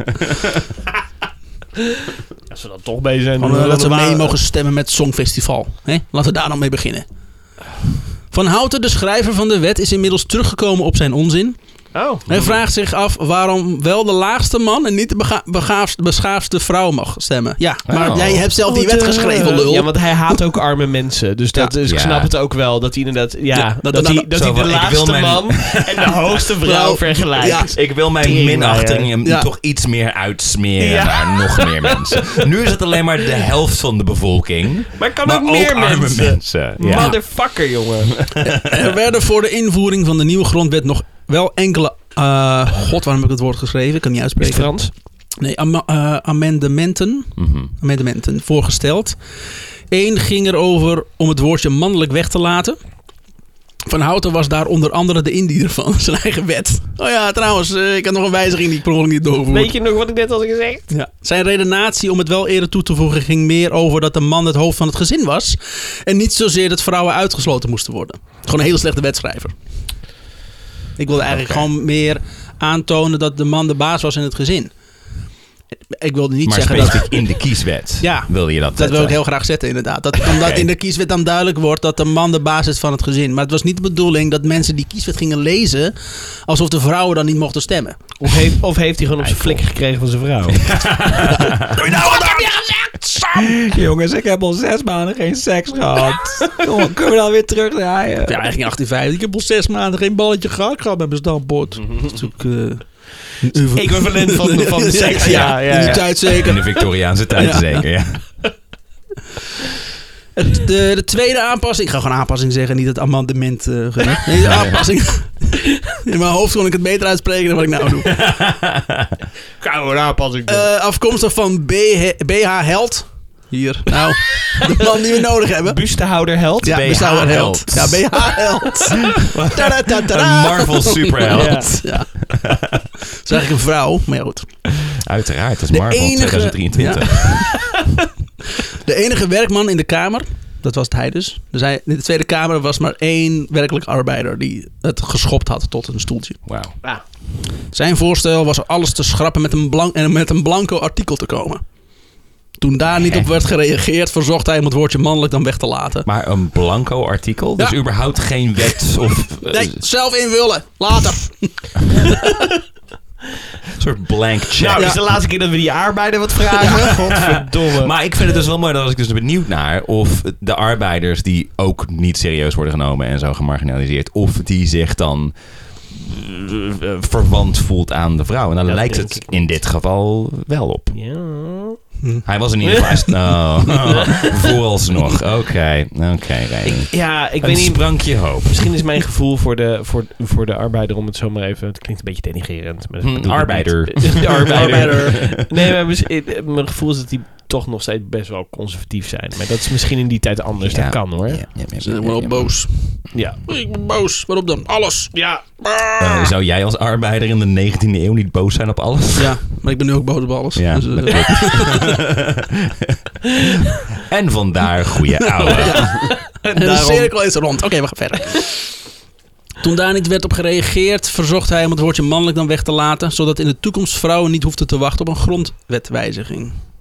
Als we dan toch bezig zijn. Van, dan- eh, dat we dan- mee mogen stemmen met het Songfestival. Hè? Laten we daar dan mee beginnen. Van Houten, de schrijver van de wet, is inmiddels teruggekomen op zijn onzin. Oh. Hij vraagt zich af waarom wel de laagste man en niet de bega- begaafste, beschaafdste vrouw mag stemmen. Ja, maar Oh. jij hebt zelf die Oh, wet de- geschreven, lul. Ja, want hij haat ook arme mensen. Dus, dat, Ja. dus ik Ja. snap het ook wel. Dat hij inderdaad... Ja, Ja, dat- dat, dat- hij, dat zo hij de van, ik wil laagste mijn- man en de hoogste vrouw Nou, vergelijkt. ja. Ik wil mijn Tering, minachting hem ja. toch iets meer uitsmeren Ja. naar nog meer mensen. Nu is het alleen maar de helft van de bevolking. Maar kan Maar ook ook meer arme mensen. mensen. Ja. Motherfucker, jongen. Er werden voor de invoering van de nieuwe grondwet nog wel enkele... eh, God, waarom heb ik het woord geschreven? Ik kan niet Is het uitspreken. Frans? Nee, am- eh, amendementen. Mhm. amendementen voorgesteld. Eén ging erover om het woordje mannelijk weg te laten. Van Houten was daar onder andere de indiener van zijn eigen wet. Oh ja, trouwens, eh, ik had nog een wijziging die ik per ongeluk niet doorgevoerd. Weet je nog wat ik net had gezegd? Ja. Zijn redenatie om het wel eerder toe te voegen ging meer over dat de man het hoofd van het gezin was. En niet zozeer dat vrouwen uitgesloten moesten worden. Gewoon een hele slechte wetschrijver. Ik wilde eigenlijk Oké. gewoon meer aantonen dat de man de baas was in het gezin. Ik wilde niet Maar zeggen dat... specifiek in de kieswet Ja, wil je dat Dat wil zetten. ik heel graag zetten, inderdaad. Dat, omdat Oké. in de kieswet dan duidelijk wordt dat de man de baas is van het gezin. Maar het was niet de bedoeling dat mensen die kieswet gingen lezen alsof de vrouwen dan niet mochten stemmen. Of heeft, of heeft hij gewoon op zijn Eiffel. flikker gekregen van zijn vrouw? Nou, wat heb je gezegd? Jongens, ik heb al zes maanden geen seks gehad. Kom, kunnen we dan weer terugdraaien? Ja, hij ging achttien vijftig. Ik heb al zes maanden geen balletje gehad gehad met mijn standbord. Dat is natuurlijk... eh, een- Equivalent van, van de seks, ja. ja, in die ja. tijd In zeker. de Victoriaanse tijd Ja. zeker, ja. Het- De, de tweede aanpassing... Ik ga gewoon aanpassing zeggen, niet het amendement. eh genoemd. Nee, de aanpassing. In mijn hoofd kon ik het beter uitspreken dan wat ik nou doe. Gaan we een aanpassing doen. Eh, afkomstig van B H Held. Hier, nou, de man die we nodig hebben. Bustehouder held. Ja, B H Bestouwer Held. Held. Ja, B H Held. Tada, tada, tada. Een Marvel superheld. Ja. Dat is eigenlijk een vrouw, maar ja goed. Uiteraard, dat is De Marvel enige- twintig drieëntwintig. De enige werkman in de Kamer, dat was het hij dus. dus hij, in de Tweede Kamer was maar één werkelijk arbeider die het geschopt had tot een stoeltje. Wauw. Ah, Zijn voorstel was alles te schrappen met een, blank, en met een blanco artikel te komen. Toen daar niet op werd gereageerd, verzocht hij om het woordje mannelijk dan weg te laten. Maar een blanco artikel? Dus Ja. überhaupt geen wet of... eh, Nee, zelf invullen. Later. Een soort blank check. nou, is de laatste keer dat we die arbeider wat vragen. Godverdomme. Maar ik vind het dus wel mooi, daar was ik dus benieuwd naar... of de arbeiders die ook niet serieus worden genomen en zo gemarginaliseerd... of die zich dan eh, eh, verwant voelt aan de vrouw. En dan Dat lijkt denk het ik in dit geval wel op. Ja. Hij was in ieder geval... Oh, oh, vooralsnog. Oké, oké. Reining. Ja, ik Een weet niet. sprankje hoop. Misschien is mijn gevoel voor de, voor, voor de arbeider, om het zo maar even... Het klinkt een beetje denigrerend. Maar dat Hm, bedoel ik arbeider. niet. De arbeider. Arbeider. Nee, maar misschien- mijn gevoel is dat die toch nog steeds best wel conservatief zijn. Maar dat is misschien in die tijd anders. Ja. Dat kan hoor. Ja, Ja. ja, ja, Ze zijn ja, wel ja. boos. Ja. Ik ben boos. Waarop dan? Alles. Ja. Eh, zou jij als arbeider in de negentiende eeuw niet boos zijn op alles? Ja, maar ik ben nu ook boos op alles. Ja, Dus, eh, dat klopt. En vandaar goede ouwe. En de cirkel is rond. Oké, we gaan verder. Toen daar niet werd op gereageerd, verzocht hij om het woordje mannelijk dan weg te laten, zodat in de toekomst vrouwen niet hoefden te wachten op een grondwetwijziging.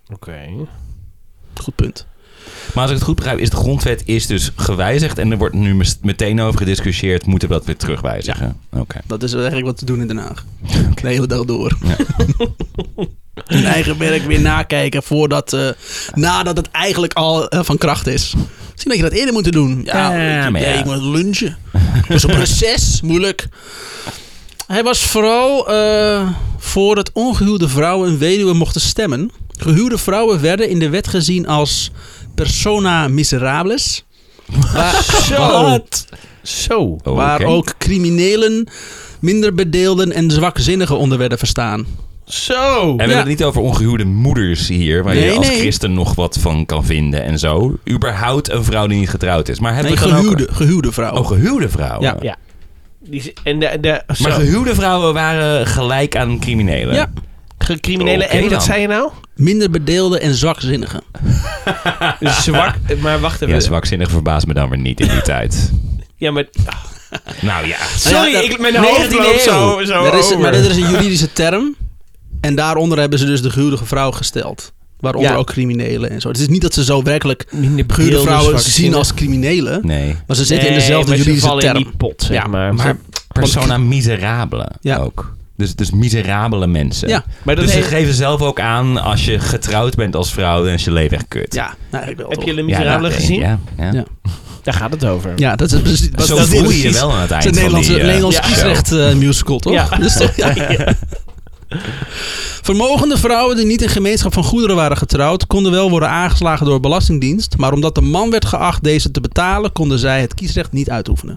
Oké. Okay. Goed punt. Maar als ik het goed begrijp, is de grondwet is dus gewijzigd en er wordt nu meteen over gediscussieerd, moeten we dat weer terugwijzigen? Ja. Okay. Dat is eigenlijk wat te doen in Den Haag. Okay. De hele dag door. Ja. Hun eigen werk weer nakijken voordat, uh, nadat het eigenlijk al uh, van kracht is. Misschien dat je dat eerder moet doen. Ja, ja, maar ja. ja je moet lunchen. Dus op reces, moeilijk. Hij was vooral uh, voor dat ongehuwde vrouwen en weduwen mochten stemmen. Gehuwde vrouwen werden in de wet gezien als persona miserables. Waar, Zo. Zo. Oh, waar okay. ook criminelen, minder bedeelden en zwakzinnigen onder werden verstaan. Zo. En we ja. hebben het niet over ongehuwde moeders hier, waar nee, je als nee. christen nog wat van kan vinden en zo. Überhaupt een vrouw die niet getrouwd is. Maar hebben nee, we dan gehuwde, ook... gehuwde vrouwen. Oh, gehuwde vrouwen. Ja. ja. Die, en de, de, maar gehuwde vrouwen waren gelijk aan criminelen. Ja. Criminelen okay, en wat zei je nou? Minder bedeelden en zwakzinnigen. Zwak, maar wacht even. Ja, zwakzinnigen verbaast me dan weer niet in die tijd. Ja, maar... Nou ja. Sorry, ja, dat, ik ben negentiende eeuw. Zo, zo er is, maar er is een juridische term. En daaronder hebben ze dus de gehuwde vrouw gesteld. Waaronder ja. ook criminelen en zo. Het is niet dat ze zo werkelijk gehuwde vrouwen zien als criminelen. Nee. Maar ze zitten nee, in dezelfde juridische term. term. In die pot, zeg ja, maar. maar persona miserabele ja. ook. Dus, dus miserabele mensen. Ja. Maar dus heeft... ze geven zelf ook aan, als je getrouwd bent als vrouw, dan is je leven echt kut. Ja, nou, ik wel heb toch. je Le Miserabele ja, gezien? Ja, ja. ja. Daar gaat het over. Ja, dat is precies. Dat zo voel je je wel aan het eind van die... Het is een Nederlands uh, kiesrecht uh, musical, toch? Ja. Dus toch ja. Ja. Vermogende vrouwen die niet in gemeenschap van goederen waren getrouwd, konden wel worden aangeslagen door Belastingdienst. Maar omdat de man werd geacht deze te betalen, konden zij het kiesrecht niet uitoefenen.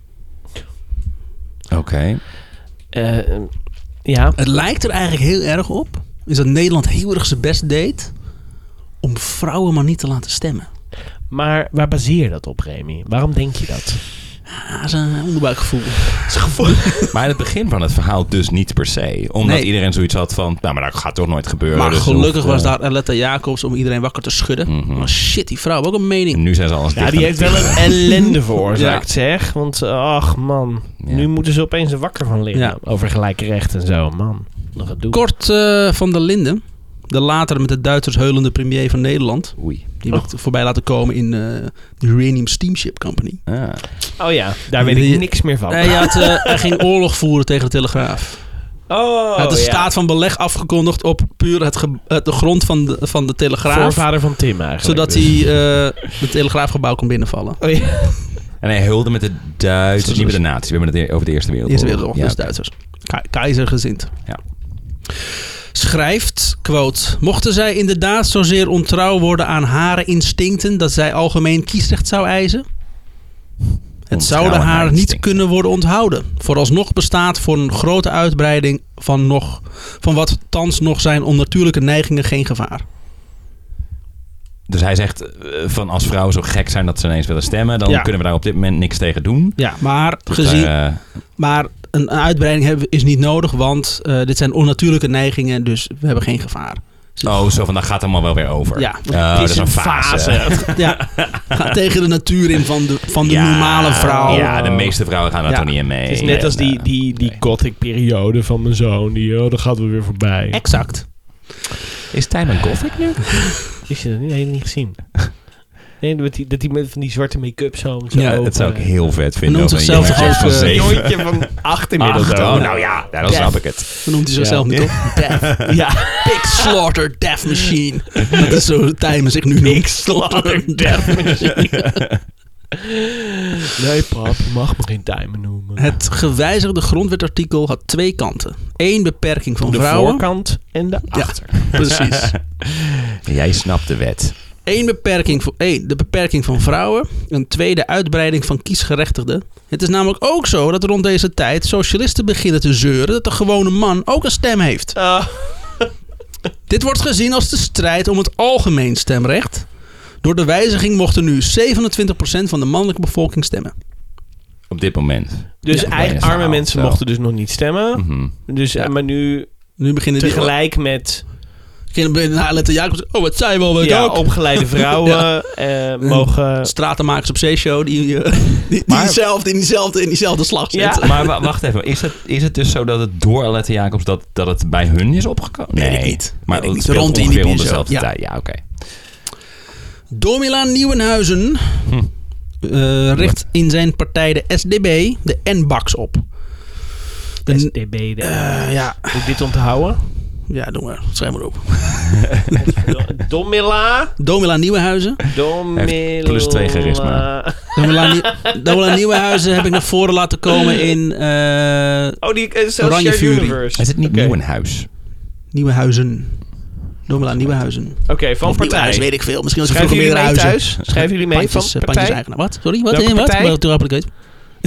Oké. Okay. Uh, ja. Het lijkt er eigenlijk heel erg op, is dat Nederland heel erg zijn best deed om vrouwen maar niet te laten stemmen. Maar waar baseer je dat op, Remy? Waarom denk je dat? Ja, dat is een onderbuikgevoel. Dat is een gevoel. Maar in het begin van het verhaal dus niet per se. Omdat nee. iedereen zoiets had van, nou, maar dat gaat toch nooit gebeuren. Maar dus gelukkig hoeft, was uh... daar Aletta Jacobs om iedereen wakker te schudden. Mm-hmm. Oh shit, die vrouw, ook een mening. En nu zijn ze alles Ja, die heeft wel een ellende veroorzaakt, ja. zeg. Want, ach man, ja. nu moeten ze opeens er wakker van liggen. Ja. Over gelijke rechten en zo, man. Nog het doen. Kort uh, van der Linden, de later met de Duitsers heulende premier van Nederland. Oei. Die werd oh. voorbij laten komen in uh, de Uranium Steamship Company. Ah. Oh ja, daar weet die, ik niks meer van. Hij, had, uh, hij ging oorlog voeren tegen de Telegraaf. Oh, hij had de ja. staat van beleg afgekondigd op puur het ge- uh, de grond van de, van de Telegraaf. Voorvader van Tim eigenlijk. Zodat dus. hij uh, het Telegraafgebouw kon binnenvallen. Oh, ja. En hij heulde met de Duitsers, niet met de nazi's. We hebben het over de Eerste Wereldoorlog. Eerste Wereldoorlog, ja, dus Duitsers. Ke- keizergezind. Ja. Schrijft, quote, mochten zij inderdaad zozeer ontrouw worden aan hare instincten dat zij algemeen kiesrecht zou eisen? Het zouden haar niet kunnen worden onthouden. Vooralsnog bestaat voor een grote uitbreiding van, nog, van wat thans nog zijn onnatuurlijke neigingen geen gevaar. Dus hij zegt van als vrouwen zo gek zijn dat ze ineens willen stemmen, dan ja. kunnen we daar op dit moment niks tegen doen. Ja, maar dus gezien... Daar, uh... Maar een uitbreiding hebben is niet nodig, want uh, dit zijn onnatuurlijke neigingen, dus we hebben geen gevaar. Dus oh, zo van, dat gaat allemaal wel weer over. Ja, uh, dat is een fase. fase. Ja, gaat tegen de natuur in van de, van de ja, normale vrouw. Ja, de meeste vrouwen gaan daar ja. toch niet in mee. Het is net als die, die, die gothic periode van mijn zoon, die, oh, dat gaat wel weer voorbij. Exact. Is Time een gothic nu? Wist je dat niet? Nee, niet gezien. Nee, dat hij, dat hij met van die zwarte make-up zo... zo ja, open. Dat zou ik heel vet vinden. Noemt zichzelf toch ook... Een jongetje van acht inmiddels. Acht, oh, nou ja, ja dan snap ik het. Dan noemt hij zichzelf ja. niet op. Death. Ja. Big Slaughter Death Machine. Dat is zo Tijmen zich nu noemt. Big Slaughter Death Machine. Nee, pap, je mag me geen Tijmen noemen. Het gewijzigde grondwetartikel had twee kanten. Eén beperking van de vrouwen. De voorkant en de achter. Ja, precies. Jij snapt de wet. Eén beperking voor, één, de beperking van vrouwen. Een tweede uitbreiding van kiesgerechtigden. Het is namelijk ook zo dat rond deze tijd socialisten beginnen te zeuren dat de gewone man ook een stem heeft. Uh. Dit wordt gezien als de strijd om het algemeen stemrecht. Door de wijziging mochten nu zevenentwintig procent van de mannelijke bevolking stemmen. Op dit moment. Dus ja, eigenlijk arme nou, mensen zo. mochten dus nog niet stemmen. Mm-hmm. Dus, ja. Maar nu, nu beginnen tegelijk die... met... Geen naar Aletta Jacobs. Oh, wat zei wel, weet Ja, ook. opgeleide vrouwen Ja. eh, mogen... Stratenmakers op C-show die, uh, die, Maar- die zelf in diezelfde, in diezelfde slag Ja. zitten. Maar wa- wacht even, is het, is het dus zo dat het door Aletta Jacobs dat, dat het bij hun is opgekomen? Weet ik Nee, niet. Maar Weet ik het niet. speelt Rond in die ongeveer rond show. dezelfde Ja. tijd. Ja, oké. Domila-Nieuwenhuizen Hm. uh, richt in zijn partij de S D B de N-Bax op. De, S D B. De, uh, ja, Moet ik dit onthouden? ja, doen we. Schrijf maar op. Do- Domila. Domila-Nieuwenhuizen. Domila. plus twee charisma. Domila, Nie- Domila Nieuwenhuizen heb ik naar voren laten komen in uh, Oh, die is zo Oranje Shared Fury. Universe. Is het niet Oké. Nieuwenhuis? Nieuwenhuizen. Domila Nieuwenhuizen. Oké, van Of partij. Nieuwenhuis, weet ik veel. Misschien als ik Schrijven vroeger jullie meerdere mee huizen. thuis? Schrijven jullie mee Pandjes, van eh, partij? pandjes-eigenaar. Wat? Sorry, wat? Welke Eh, wat? partij? Wat? Toen ik weet.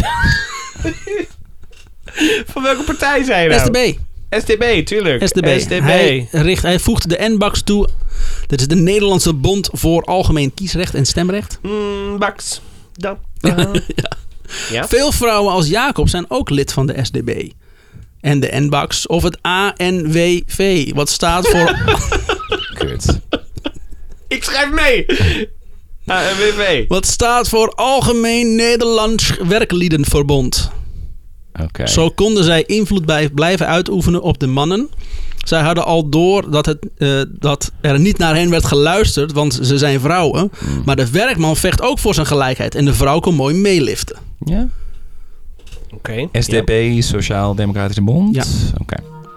Van welke partij zijn je nou? S D B. S D B, tuurlijk. S D B. S D B. Hij, richt, hij voegt de N-Bax toe. Dat is de Nederlandse Bond voor Algemeen Kiesrecht en Stemrecht. Mm, Bax. Dan. Ja. Ja. Veel vrouwen als Jacob zijn ook lid van de S D B. En de N-Bax of het A N W V. Wat staat voor... Kut. Ik schrijf mee. A N W V. wat staat voor Algemeen Nederlands Werkliedenverbond. Oké. Zo konden zij invloed bij blijven uitoefenen op de mannen. Zij hadden al door dat, het, uh, dat er niet naar hen werd geluisterd, want ze zijn vrouwen. Mm. Maar de werkman vecht ook voor zijn gelijkheid. En de vrouw kon mooi meeliften. Ja. Oké. S D B, Sociaal Democratische Bond? Ja. Oké.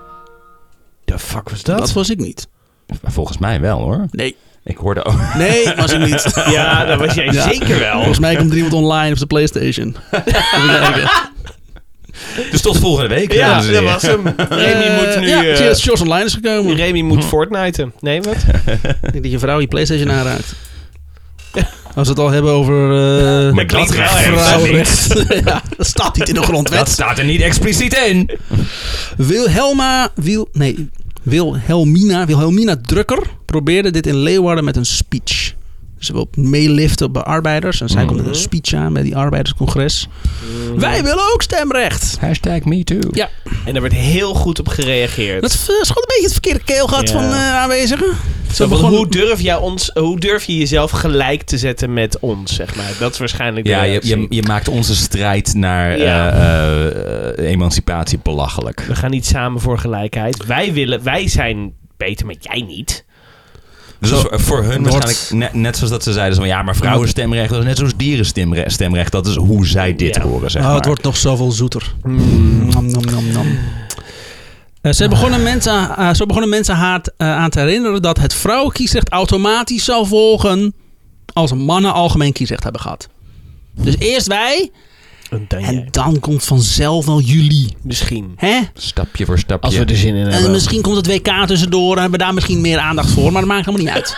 The fuck was dat? Dat was ik niet. Volgens mij wel hoor. Nee, Ik hoorde ook... nee, was ik niet. Ja, dat was jij Ja. zeker wel. Volgens mij komt er iemand online op de PlayStation. Even kijken. Dus tot volgende week. Ja, dames en dat heren. was hem. Remy Eh, moet nu... Ja, eh, zie je dat Sjors online is gekomen. Remy moet Fortniten. Nee, wat? Ik denk dat je vrouw je PlayStation aanraakt. Als we het al hebben over uh, Maar klinkt wel erg vrouwenrecht. Ja, dat staat niet in de grondwet. Dat staat er niet expliciet in. Wilhelma, Wil, nee, Wilhelmina, Wilhelmina Drucker probeerde dit in Leeuwarden met een speech. Ze wil meeliften bij arbeiders. En zij Mm. komt met een speech aan bij die arbeiderscongres. Wij willen ook stemrecht. Hashtag me too. Ja, En daar werd heel goed op gereageerd. dat is uh, gewoon een beetje het verkeerde keelgat Ja. van uh, aanwezigen. Zo Zo van, begon- hoe, durf jij ons, hoe durf je jezelf gelijk te zetten met ons, zeg maar? Dat is waarschijnlijk de Ja, je, reactie. je, je maakt onze strijd naar Ja. eh, eh, emancipatie belachelijk. We gaan niet samen voor gelijkheid. Wij willen, wij zijn beter met jij niet. Dus Zo, dat is voor hun wordt- waarschijnlijk net, net zoals dat ze zeiden van ja, maar vrouwenstemrecht, dat is net zoals dierenstemrecht. Stemrecht, dat is hoe zij dit Ja. horen, zeg Oh, maar. het wordt nog zoveel zoeter. Nom, nom, nom, nom. Uh, ze begonnen mensen, uh, zo begonnen mensen haar uh, aan te herinneren dat het vrouwenkiesrecht automatisch zou volgen als mannen algemeen kiesrecht hebben gehad. Dus eerst wij En dan jij. en dan komt vanzelf wel jullie. Misschien. Hè? Stapje voor stapje. Als we er zin in En hebben. misschien komt het W K tussendoor en hebben we daar misschien meer aandacht voor, maar dat maakt helemaal niet uit.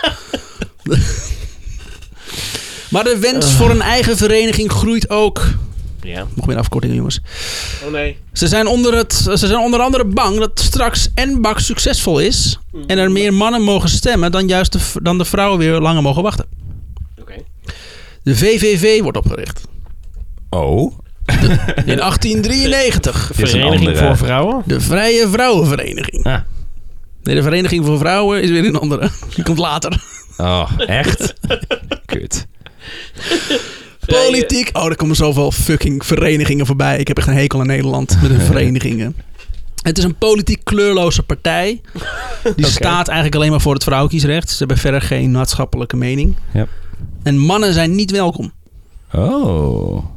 Maar de wens voor een eigen vereniging groeit ook. Ja. Nog meer afkortingen, jongens. Oh nee. Ze zijn, onder het, ze zijn onder andere bang dat straks N-Bax succesvol is en er meer mannen mogen stemmen dan, juist de, v- dan de vrouwen weer langer mogen wachten. Oké. De V V V wordt opgericht Oh. in achttien drieënnegentig. Dit is een Vereniging andere- voor vrouwen? De Vrije Vrouwenvereniging. Ah. Nee, de Vereniging voor Vrouwen is weer een andere. Die komt later. Oh, echt? Kut. Politiek. Oh, er komen zoveel fucking verenigingen voorbij. Ik heb echt een hekel aan Nederland met hun verenigingen. Het is een politiek kleurloze partij. Die Oké. staat eigenlijk alleen maar voor het vrouwenkiesrecht. Ze hebben verder geen maatschappelijke mening. Ja. En mannen zijn niet welkom. Oh.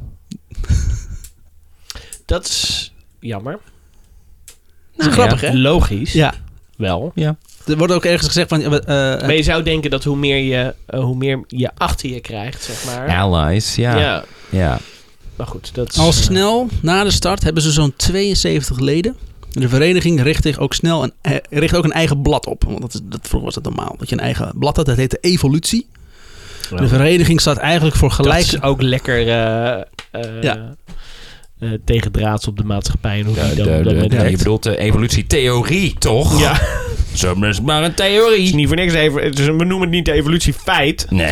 Dat is jammer. Dat is grappig, hè? Logisch. Ja. Wel. Ja. Er wordt ook ergens gezegd van... eh, Maar je zou denken dat hoe meer je, uh, hoe meer je achter je krijgt, zeg maar. Allies, ja. Ja. Ja. Maar goed, dat is... al eh, snel na de start hebben ze zo'n tweeënzeventig leden. En de vereniging richt zich ook snel een, eh, richt ook een eigen blad op. Want dat is, dat, vroeger was dat normaal. Dat je een eigen blad had. Dat heette Evolutie. ja. De vereniging staat eigenlijk voor Dat gelijk... is ook lekker uh, uh, Ja. uh, tegendraads op de maatschappij. En hoe De, die de, dan, dan de, met de- werkt. je bedoelt de evolutietheorie, toch? Ja. Zo is maar een Het is theorie. niet voor niks. Even, dus we noemen het niet de evolutiefeit. Nee.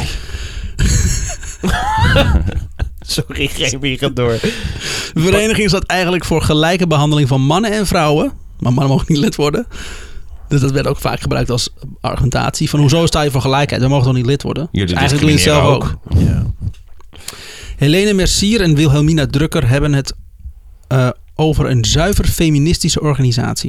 Sorry, Remy, gaat door. De vereniging staat eigenlijk voor gelijke behandeling van mannen en vrouwen. Maar mannen mogen niet lid worden. Dus dat werd ook vaak gebruikt als argumentatie. Van hoezo sta je voor gelijkheid? We mogen toch niet lid worden? Jullie Dus eigenlijk doe je het zelf ook. ook. Ja. Helene Mercier en Wilhelmina Drucker hebben het uh, over een zuiver feministische organisatie.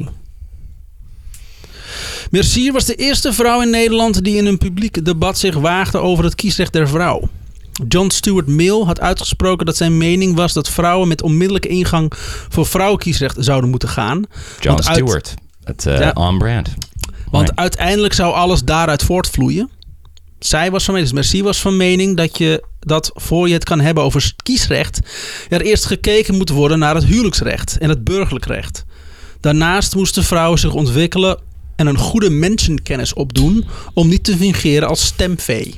Mercier was de eerste vrouw in Nederland die in een publiek debat zich waagde over het kiesrecht der vrouw. John Stuart Mill had uitgesproken dat zijn mening was dat vrouwen met onmiddellijke ingang voor vrouwenkiesrecht zouden moeten gaan. John Want uit- Stewart. Het uh, Ja. on brand. Want Right. uiteindelijk zou alles daaruit voortvloeien. Zij was van mening, dus Mercier was van mening dat je dat voor je het kan hebben over kiesrecht, er eerst gekeken moet worden naar het huwelijksrecht en het burgerlijk recht. Daarnaast moesten vrouwen zich ontwikkelen en een goede mensenkennis opdoen om niet te fungeren als stemvee.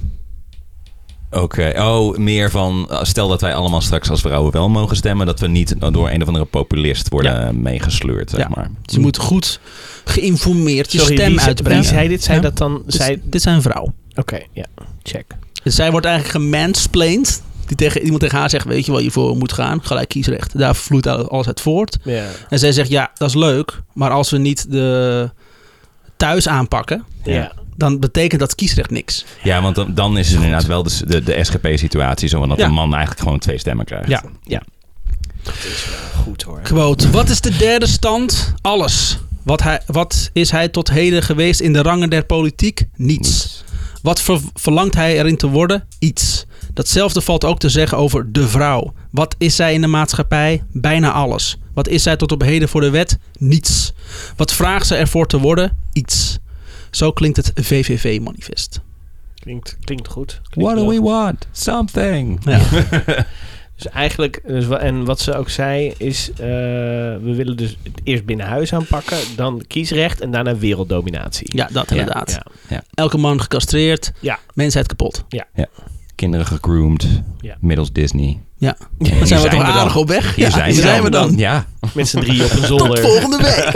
Oké, oh, meer van, stel dat wij allemaal straks als vrouwen wel mogen stemmen, dat we niet door een of andere populist worden Ja. meegesleurd, zeg Ja. maar. Dus je moet goed geïnformeerd je Sorry, stem wie, uitbrengen. wie zei dit? Zei Ja. dat dan? Dus Zij... dit zijn vrouw. Oké, ja. Check. Dus zij wordt eigenlijk gemansplained. Die tegen, iemand tegen haar zegt, weet je waar je voor moet gaan? Gelijk kiesrecht. Daar vloeit alles uit voort. Ja. En zij zegt, ja, dat is leuk. Maar als we niet de thuis aanpakken, Ja. dan betekent dat kiesrecht niks. Ja, want dan, dan is het inderdaad wel de, de, de S G P-situatie, zo van dat Ja. een man eigenlijk gewoon twee stemmen krijgt. Ja. Ja. Dat is wel goed hoor. Quote, wat is de derde stand? Alles. Wat, hij, wat is hij tot heden geweest in de rangen der politiek? Niets. Niets. Wat ver- verlangt hij erin te worden? Iets. Datzelfde valt ook te zeggen over de vrouw. Wat is zij in de maatschappij? Bijna alles. Wat is zij tot op heden voor de wet? Niets. Wat vraagt ze ervoor te worden? Iets. Zo klinkt het V V V-manifest. Klinkt, klinkt goed. Klinkt What do wel- we want? Something. Ja. Dus eigenlijk, dus, wa- en wat ze ook zei, is: uh, we willen dus het eerst binnen huis aanpakken, dan kiesrecht en daarna werelddominatie. ja, dat inderdaad. Ja. Elke man gecastreerd. Ja. Mensheid kapot. Kinderen gegroomd, Ja. middels Disney. Ja. Hier Dan zijn we toch we dan. aardig op weg. Hier Ja, zijn, hier we, zijn we dan. dan. Ja. Met z'n drieën op een Tot zolder. volgende week.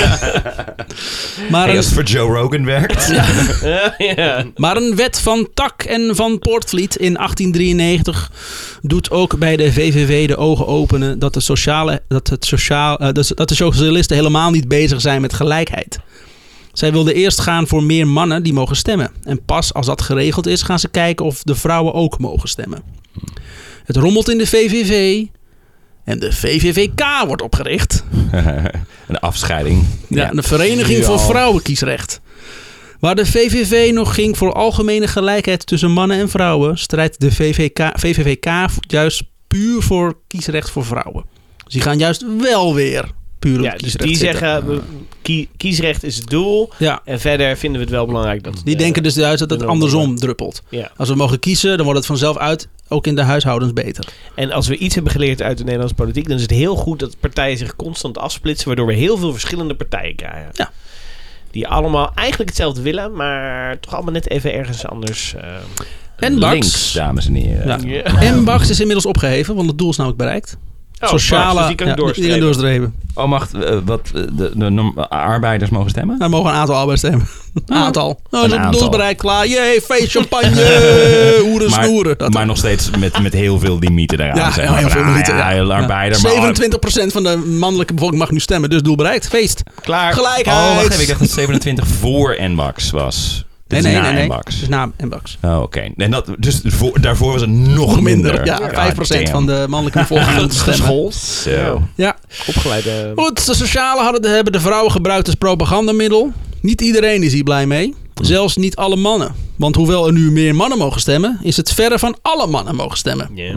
maar, Hey, een, als het voor Joe Rogan werkt. ja. maar een wet van Tak en van Poortvliet in achttien drieënnegentig doet ook bij de V V V de ogen openen dat de, sociale, dat het sociaal, uh, dat de socialisten helemaal niet bezig zijn met gelijkheid. Zij wilden eerst gaan voor meer mannen die mogen stemmen. En pas als dat geregeld is, gaan ze kijken of de vrouwen ook mogen stemmen. Het rommelt in de V V V. En de V V V K wordt opgericht. Een afscheiding. Ja, de Vereniging Nu voor al. Vrouwenkiesrecht. Waar de V V V nog ging voor algemene gelijkheid tussen mannen en vrouwen, strijdt de V V K, V V V K juist puur voor kiesrecht voor vrouwen. Dus die gaan juist wel weer puur op Ja, dus kiesrecht die zitten. zeggen: we- kie- kiesrecht is het doel. Ja, En verder vinden we het wel belangrijk dat. die eh, denken dus juist dat het de- andersom druppelt. Ja. Als we mogen kiezen, dan wordt het vanzelf uit, ook in de huishoudens beter. En als we iets hebben geleerd uit de Nederlandse politiek, dan is het heel goed dat partijen zich constant afsplitsen, waardoor we heel veel verschillende partijen krijgen. Ja. Die allemaal eigenlijk hetzelfde willen, maar toch allemaal net even ergens anders. eh, En Bax. Links, dames en heren. Ja. Ja. En Bax is inmiddels opgeheven, want het doel is namelijk bereikt. Oh, Sociale, Bax, dus die kan ja, doorstrepen. die kan doorstrepen. Oh, mag uh, wat, uh, de, de norm- arbeiders mogen stemmen? Er mogen een aantal arbeiders stemmen. Een aantal. Nou, Een is het aantal. doel bereikt, klaar. Jee, feest, champagne, hoeren, Maar, snoeren. Dat maar nog steeds met, met heel veel limieten eraan. Ja, zeg ja, maar. heel veel Ah, limieten, ja, ja. heel arbeider. maar- zevenentwintig procent van de mannelijke bevolking mag nu stemmen, dus doel bereikt. Feest. Klaar. Gelijkheid. Oh, wacht even. Ik dacht dat zevenentwintig voor N B A X was. Dit Nee, is nee, na nee. nee. N B A X. Dus na en Bax. Oh, oké. En dat, dus voor, daarvoor was het nog minder. Ja, vijf procent God van de mannelijke bevolking moet stemmen. Geschoold. Zo. Ja. Opgeleide. Goed, de sociale hadden de, hebben de vrouwen gebruikt als propagandamiddel. Niet iedereen is hier blij mee. Zelfs niet alle mannen. Want hoewel er nu meer mannen mogen stemmen, is het verre van alle mannen mogen stemmen. Ja.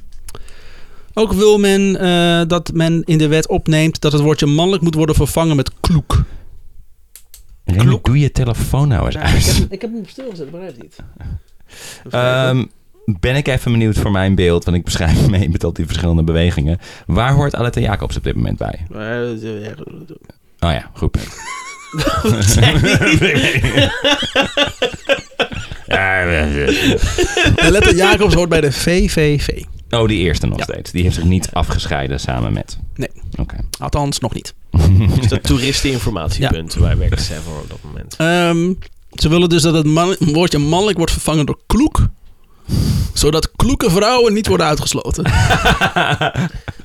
Ook wil men eh, dat men in de wet opneemt dat het woordje mannelijk moet worden vervangen met kloek. Remy, doe je telefoon nou eens uit. ik heb hem op stilgezet, begrijp je niet. Ehm, ben ik even benieuwd voor mijn beeld, want ik beschrijf mee met al die verschillende bewegingen. Waar hoort Aletta Jacobs op dit moment bij? Oh ja, goed punt. Ja, Aletta Jacobs hoort bij de V V V. oh, die eerste nog Ja. steeds. Die heeft zich niet afgescheiden samen met. Nee. Oké. Althans, nog niet. Dus dat toeristeninformatiepunt waar werken zij voor op dat moment. Ehm, ze willen dus dat het man- woordje mannelijk wordt vervangen door kloek. Zodat kloeke vrouwen niet worden uitgesloten.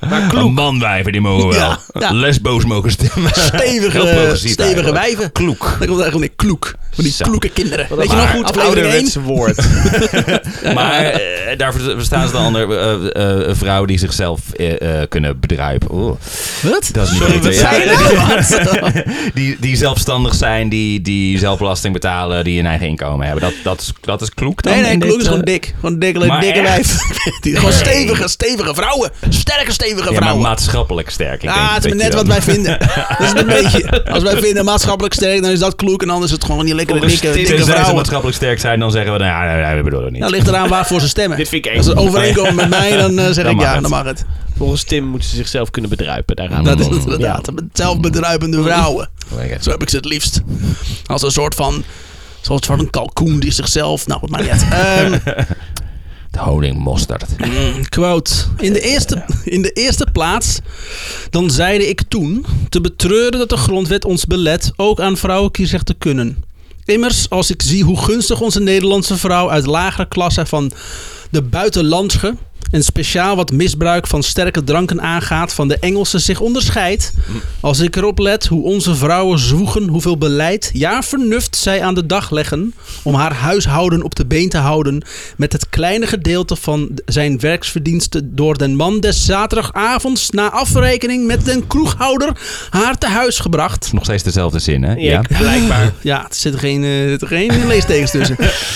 Maar kloek. Manwijven, die mogen wel. Ja, ja. Lesbo's mogen stemmen. Heel Stevige, progressief stevige eigenlijk. wijven. Kloek. Dan komt eigenlijk weer kloek. Van die Zo. kloeke kinderen. Wat Weet een je nog maar goed? Aflevering één. ouderwetse woord. Maar uh, daar verstaan ze de ander uh, uh, vrouwen die zichzelf uh, uh, kunnen bedruipen. Oeh. Wat? Dat is niet Sorry, goed, wat hè? zei je nou? die, die zelfstandig zijn, die, die zelfbelasting betalen, die een eigen inkomen hebben. Dat, dat, is, dat is kloek dan? Nee, nee, in kloek dit, is gewoon uh, dik. Gewoon dikke, maar dikke echt? wijf. Die, gewoon stevige, stevige vrouwen. Sterke, stevige Ja, maar vrouwen. maatschappelijk sterk. Ik Ja, denk het is dat maar net je wat dan- wij vinden. Dat is een beetje. Als wij vinden maatschappelijk sterk, dan is dat kloek. En dan is het gewoon die lekkere, Volgens dikke, Tim dikke Tenzij ze vrouwen. maatschappelijk sterk zijn, dan zeggen we, nou, ja, nee, nee, we bedoelen het niet. Dat ligt eraan waarvoor ze stemmen. Dit vind ik Als eng. ze overeenkomen met mij, dan uh, zeg Dan ik mag ja, het. dan mag het. Volgens Tim moeten ze zichzelf kunnen bedruipen. Daar gaan we. Dat is Mm. het inderdaad. Zelfbedruipende vrouwen. Lekker. Zo heb ik ze het liefst. Als een soort van... Zoals van een kalkoen die zichzelf... Nou, wat maakt niet uit. Um, De honing mosterd. Mm, quote. In de, eerste, in de eerste plaats, dan zeide ik toen, te betreuren dat de grondwet ons belet ook aan vrouwenkiesrecht te kunnen. Immers, als ik zie hoe gunstig onze Nederlandse vrouw uit lagere klasse van de buitenlandse en speciaal wat misbruik van sterke dranken aangaat van de Engelse zich onderscheidt. Als ik erop let hoe onze vrouwen zwoegen, hoeveel beleid, ja vernuft zij aan de dag leggen om haar huishouden op de been te houden met het kleine gedeelte van zijn werksverdiensten door den man des zaterdagavonds na afrekening met den kroeghouder haar te huis gebracht. Nog steeds dezelfde zin, hè? Ja, blijkbaar. Ja, er zitten geen, uh, er zitten geen leestekens tussen.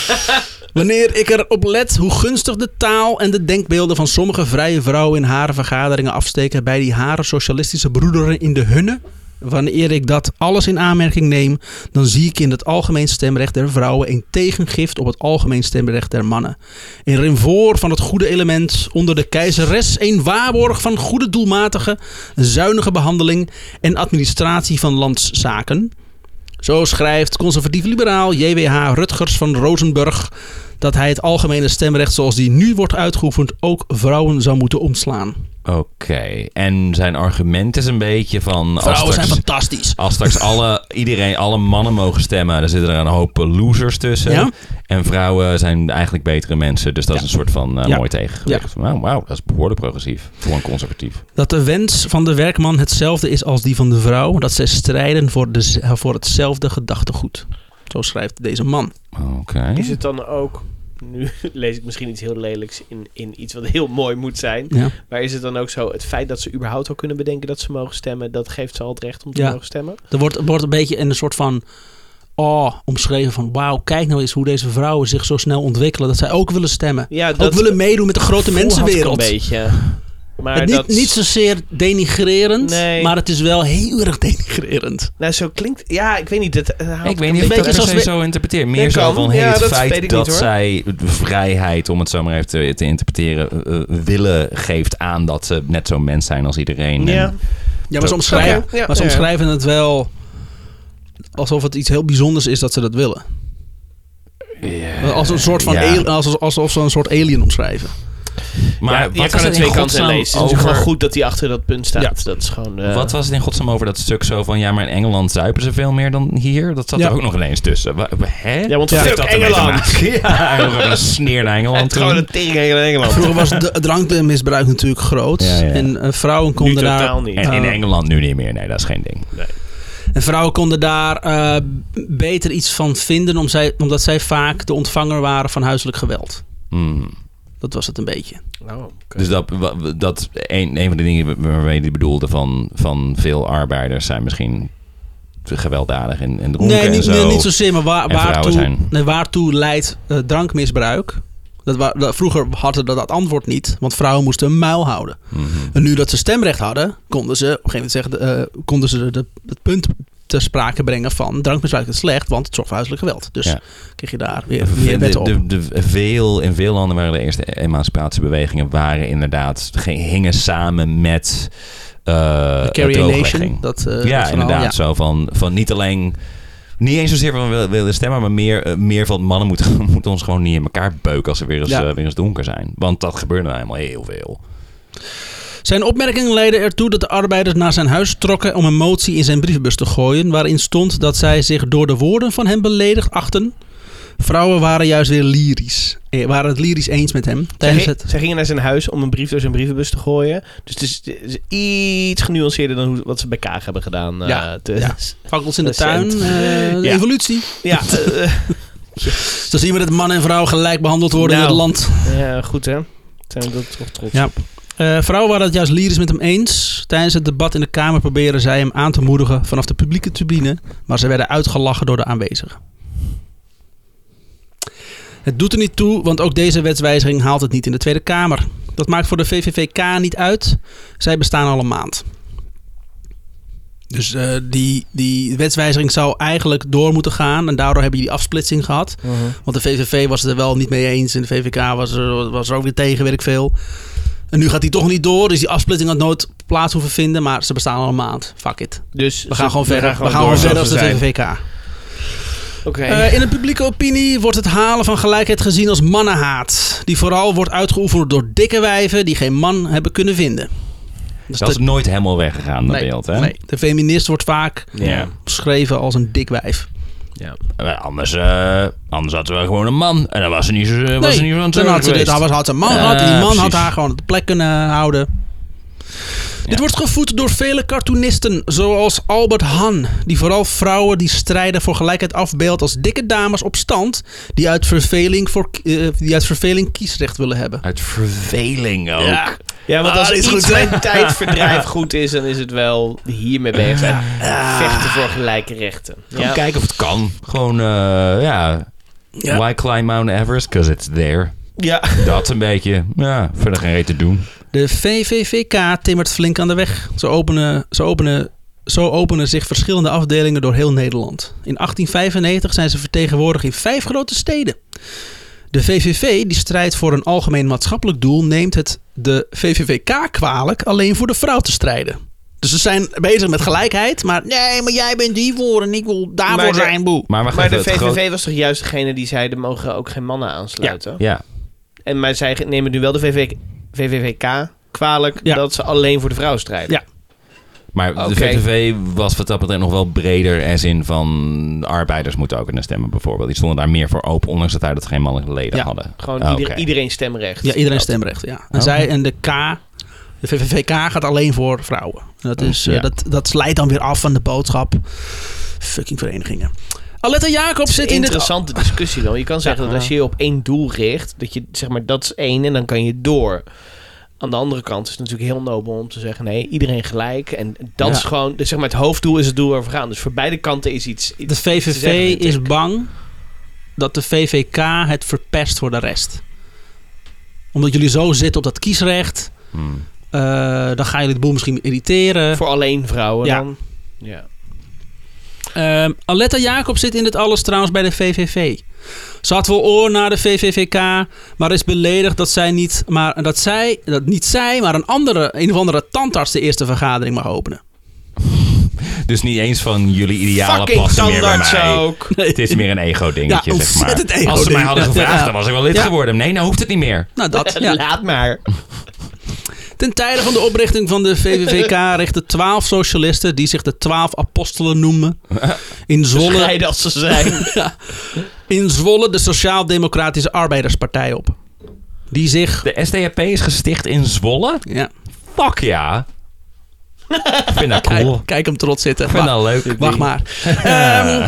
Wanneer ik erop let hoe gunstig de taal en de denkbeelden van sommige vrije vrouwen in hare vergaderingen afsteken bij die hare socialistische broederen in de hunne. Wanneer ik dat alles in aanmerking neem, dan zie ik in het algemeen stemrecht der vrouwen een tegengift op het algemeen stemrecht der mannen. Een renvoor van het goede element onder de keizeres, een waarborg van goede doelmatige, zuinige behandeling en administratie van landszaken. Zo schrijft conservatief-liberaal J W H Rutgers van Rozenburg dat hij het algemene stemrecht zoals die nu wordt uitgeoefend ook vrouwen zou moeten omslaan. Oké, okay. En zijn argument is een beetje van... Vrouwen als zijn straks, fantastisch. Als straks alle, iedereen, alle mannen mogen stemmen, dan zitten er een hoop losers tussen. Ja. En vrouwen zijn eigenlijk betere mensen. Dus dat Ja. is een soort van uh, Ja. mooi tegengewicht. Wauw, wow, dat is behoorlijk progressief voor een conservatief. Dat de wens van de werkman hetzelfde is als die van de vrouw. Dat zij strijden voor, de, voor hetzelfde gedachtegoed. Zo schrijft deze man. Oké. Okay. Is het dan ook... Nu lees ik misschien iets heel lelijks in, in iets wat heel mooi moet zijn. Ja. Maar is het dan ook zo, het feit dat ze überhaupt al kunnen bedenken dat ze mogen stemmen, dat geeft ze al het recht om te Ja. mogen stemmen? Er wordt, wordt een beetje in een soort van oh, omschreven van wauw, kijk nou eens hoe deze vrouwen zich zo snel ontwikkelen. Dat zij ook willen stemmen. Ja, ook dat willen meedoen met de grote gevoel had ik mensenwereld. een beetje. Maar Het niet, dat... niet zozeer denigrerend, Nee. maar het is wel heel erg denigrerend. Nou, zo klinkt... Ja, ik weet niet. Het, het haalt Ik weet een niet of ik beetje dat per zoals se we- zo interpreteer. Meer Ja, zo kan. van hey, Ja, het dat weet feit ik dat niet, hoor. zij de vrijheid, om het zo maar even te, te interpreteren, uh, willen geeft aan dat ze net zo'n mens zijn als iedereen. Ja. En, Ja, maar ze omschrijven, Oké, ja, maar ze ja. omschrijven het wel alsof het iets heel bijzonders is dat ze dat willen. ja, Als een soort van ja. ali- alsof, alsof ze een soort alien omschrijven. Maar ja, wat je was kan het er in twee kanten in godsnaam lezen. Het is natuurlijk over- gewoon goed dat hij achter dat punt staat. Ja. Dat is gewoon... eh, Wat was het in godsnaam over dat stuk zo van... ja, maar in Engeland zuipen ze veel meer dan hier? Dat zat Ja. er ook nog ineens tussen. Wa- Hè? Ja, want Wat fuck heeft dat ermee te Engeland. maken? Ja, nog even een sneer naar Engeland. Het gewoon toen. een tering in Engeland. Vroeger was de drankmisbruik natuurlijk groot. Ja, ja. En uh, vrouwen Nu konden daar... totaal niet. En in Uh, Engeland nu niet meer. Nee, dat is geen ding. En vrouwen konden daar uh, beter iets van vinden... Om zij, omdat zij vaak de ontvanger waren van huiselijk geweld. Hmm. Dat was het een beetje. Oh, oké. Dus dat, wa- dat een, een van de dingen waarmee hij bedoelde van, van veel arbeiders zijn misschien gewelddadig en, en dronken Nee, en niet, zo. nee, niet zozeer, maar waar, En vrouwen waartoe, zijn- nee, waartoe leidt uh, drankmisbruik? Dat wa- dat, vroeger hadden ze dat antwoord niet, want vrouwen moesten een muil houden. Mhm. En nu dat ze stemrecht hadden, konden ze op een gegeven moment zeggen, uh, konden ze de, de, het punt ter sprake brengen van drankmisbruik is slecht, want het zorgt voor huiselijk geweld. Dus Ja. kreeg je daar weer meer wetten op. De, de, de, veel, in veel landen waren de eerste emancipatiebewegingen waren inderdaad, ging- hingen samen met uh, Carrie drooglegging. Nation. Dat, uh, Ja, dat verhaal, inderdaad. ja. Zo van, van niet alleen... Niet eens zozeer van we willen stemmen, maar meer, uh, meer van mannen moeten, moeten ons gewoon niet in elkaar beuken als ze weer eens, Ja. uh, weer eens donker zijn. Want dat gebeurde nou helemaal heel veel. Zijn opmerkingen leidden ertoe dat de arbeiders naar zijn huis trokken om een motie in zijn brievenbus te gooien, waarin stond dat zij zich door de woorden van hem beledigd achten. Vrouwen waren juist weer lyrisch. Eh, waren het lyrisch eens met hem. Zij, Tijdens ging, het... zij gingen naar zijn huis om een brief door zijn brievenbus te gooien. Dus het is, het is iets genuanceerder dan hoe, wat ze bij Kaag hebben gedaan. Uh, Ja, te, ja. Fakkels in de recent. tuin. Uh, Ja. Evolutie. ja, uh, Zo zien we dat man en vrouw gelijk behandeld worden Nou. in het land. ja, goed hè. Zijn we er toch trots Ja. op. Uh, vrouwen waren het juist lyrisch met hem eens. Tijdens het debat in de Kamer probeerden zij hem aan te moedigen vanaf de publieke tribune. Maar ze werden uitgelachen door de aanwezigen. Het doet er niet toe, want ook deze wetswijziging haalt het niet in de Tweede Kamer. Dat maakt voor de V V V K niet uit. Zij bestaan al een maand. Dus uh, die, die wetswijziging zou eigenlijk door moeten gaan. En daardoor hebben je die afsplitsing gehad. Uh-huh. Want de V V V was het er wel niet mee eens. En de V V K was er, was er ook weer tegen, weet ik veel. En nu gaat die toch niet door. Dus die afsplitsing had nooit plaats hoeven vinden. Maar ze bestaan al een maand. Fuck it. Dus We gaan gewoon verder. We gaan door gewoon verder zoals als de we V zijn. V V K. Oké. Uh, in de publieke opinie wordt het halen van gelijkheid gezien als mannenhaat. Die vooral wordt uitgeoefend door dikke wijven die geen man hebben kunnen vinden. Dus Dat is de- nooit helemaal weggegaan, dat nee, beeld. Hè? nee, de feminist wordt vaak Ja. beschreven als een dik wijf. Ja. Uh, anders, uh, anders hadden we gewoon een man. En dan was ze niet zo, was Nee, ze niet zo aan het dan had ze, dit, geweest. had, had ze een man Ja, gehad en die man had precies. haar gewoon op de plek kunnen houden. Dit wordt gevoed door vele cartoonisten, zoals Albert Han, die vooral vrouwen die strijden voor gelijkheid afbeeldt als dikke dames op stand, die uit verveling, voor, uh, die uit verveling kiesrecht willen hebben. Uit verveling ook. Ja. Ja, want Ah, als dit is iets goed, hè? mijn tijdverdrijf goed is, dan is het wel hiermee bezig zijn. Vechten voor gelijke rechten. Gewoon Ja. kijken of het kan. Gewoon, uh, ja... Ja. Why climb Mount Everest? Because it's there. Ja. Dat een beetje. Ja, verder geen reet te doen. De V V V K timmert flink aan de weg. Zo openen, zo, openen, zo openen zich verschillende afdelingen door heel Nederland. In achttien vijfennegentig zijn ze vertegenwoordigd in vijf grote steden. De V V V, die strijdt voor een algemeen maatschappelijk doel, neemt het de V V V K kwalijk alleen voor de vrouw te strijden. Dus ze zijn bezig met gelijkheid, maar nee, maar jij bent hiervoor en ik wil daarvoor Maar de- zijn, boe. Maar, wacht Maar de even, V het V V groot- was toch juist degene die zei, er mogen ook geen mannen aansluiten? Ja, En maar zij nemen nu wel de V V V V K kwalijk Ja. dat ze alleen voor de vrouw strijden. Ja. maar Oké. de V V V was wat dat betreft nog wel breder. Als in van arbeiders moeten ook kunnen stemmen bijvoorbeeld. Die stonden daar meer voor open, ondanks dat zij dat geen mannelijke leden Ja. hadden. Gewoon Oké. ieder- iedereen stemrecht. Ja, iedereen Dat. stemrecht, ja. En Oké. zij en de K, de V V V K gaat alleen voor vrouwen. En dat, is, eh, Ja. dat, dat slijt dan weer af van de boodschap. Fucking verenigingen. Aletta Jacobs Het is zit een in dit... interessante discussie wel. Je kan zeggen dat als je je op één doel richt, dat je zeg maar dat is één en dan kan je door. Aan de andere kant is het natuurlijk heel nobel om te zeggen nee, iedereen gelijk. En dat Ja. is gewoon, dus zeg maar het hoofddoel is het doel waar we gaan. Dus voor beide kanten is iets. De iets V te V zeggen, V vind is ik. bang dat de V V K het verpest voor de rest. Omdat jullie zo zitten op dat kiesrecht, Hmm. eh, dan gaan jullie de boel misschien irriteren. Voor alleen vrouwen Ja. dan. Ja. Ehm Aletta Jacobs zit in dit alles trouwens bij de V V V. Ze had wel oor naar de V V V K, maar is beledigd dat zij niet, maar dat zij, dat niet zij, maar een andere, een of andere tandarts de eerste vergadering mag openen. Dus niet eens van jullie idealen Fucking passen meer bij tandarts mij. ook. Het is meer een ego-dingetje, Ja, zeg maar. ontzettend ego-ding. Als ze mij hadden Ja, gevraagd, ja. dan was ik wel lid Ja. geworden. Nee, nou hoeft het niet meer. Nou, dat. Ja. Laat maar. Ten tijde van de oprichting van de V V V K richtten twaalf socialisten, die zich de twaalf apostelen noemen, in Zwolle, Bescheiden als ze zijn. in Zwolle de Sociaal-Democratische Arbeiderspartij op. Die zich... De S D A P is gesticht in Zwolle? Ja, Fuck ja. Ik vind dat kijk, cool. kijk hem trots zitten. Ik vind Wacht, dat leuk. wacht maar. Ehm,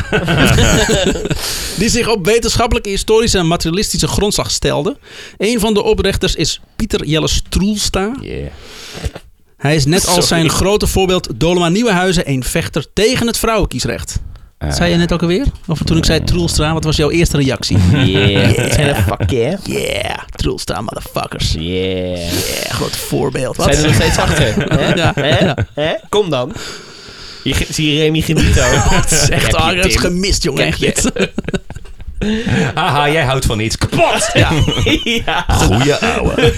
die zich op wetenschappelijke, historische en materialistische grondslag stelde. Een van de oprichters is Pieter Jelle Stroelstra. Yeah. Hij is net als Sorry. zijn grote voorbeeld Dolema Nieuwenhuizen een vechter tegen het vrouwenkiesrecht. Uh, Zei je net ook alweer? Of toen ik zei Troelstra, wat was jouw eerste reactie? Yeah. Zijn er fuck yeah? Yeah, Troelstra motherfuckers. Yeah. Yeah, groot voorbeeld. Wat? Zijn er nog steeds achter? Hè? Ja, Hè? ja. Hè? Kom dan. Je, ge- zie je Remy genieten ook. Het is echt Heb je, ah, het is Tim? gemist, jongen. Echt Heb dit. Haha, jij houdt van iets kapot. Ja. Ja. Goeie ouwe.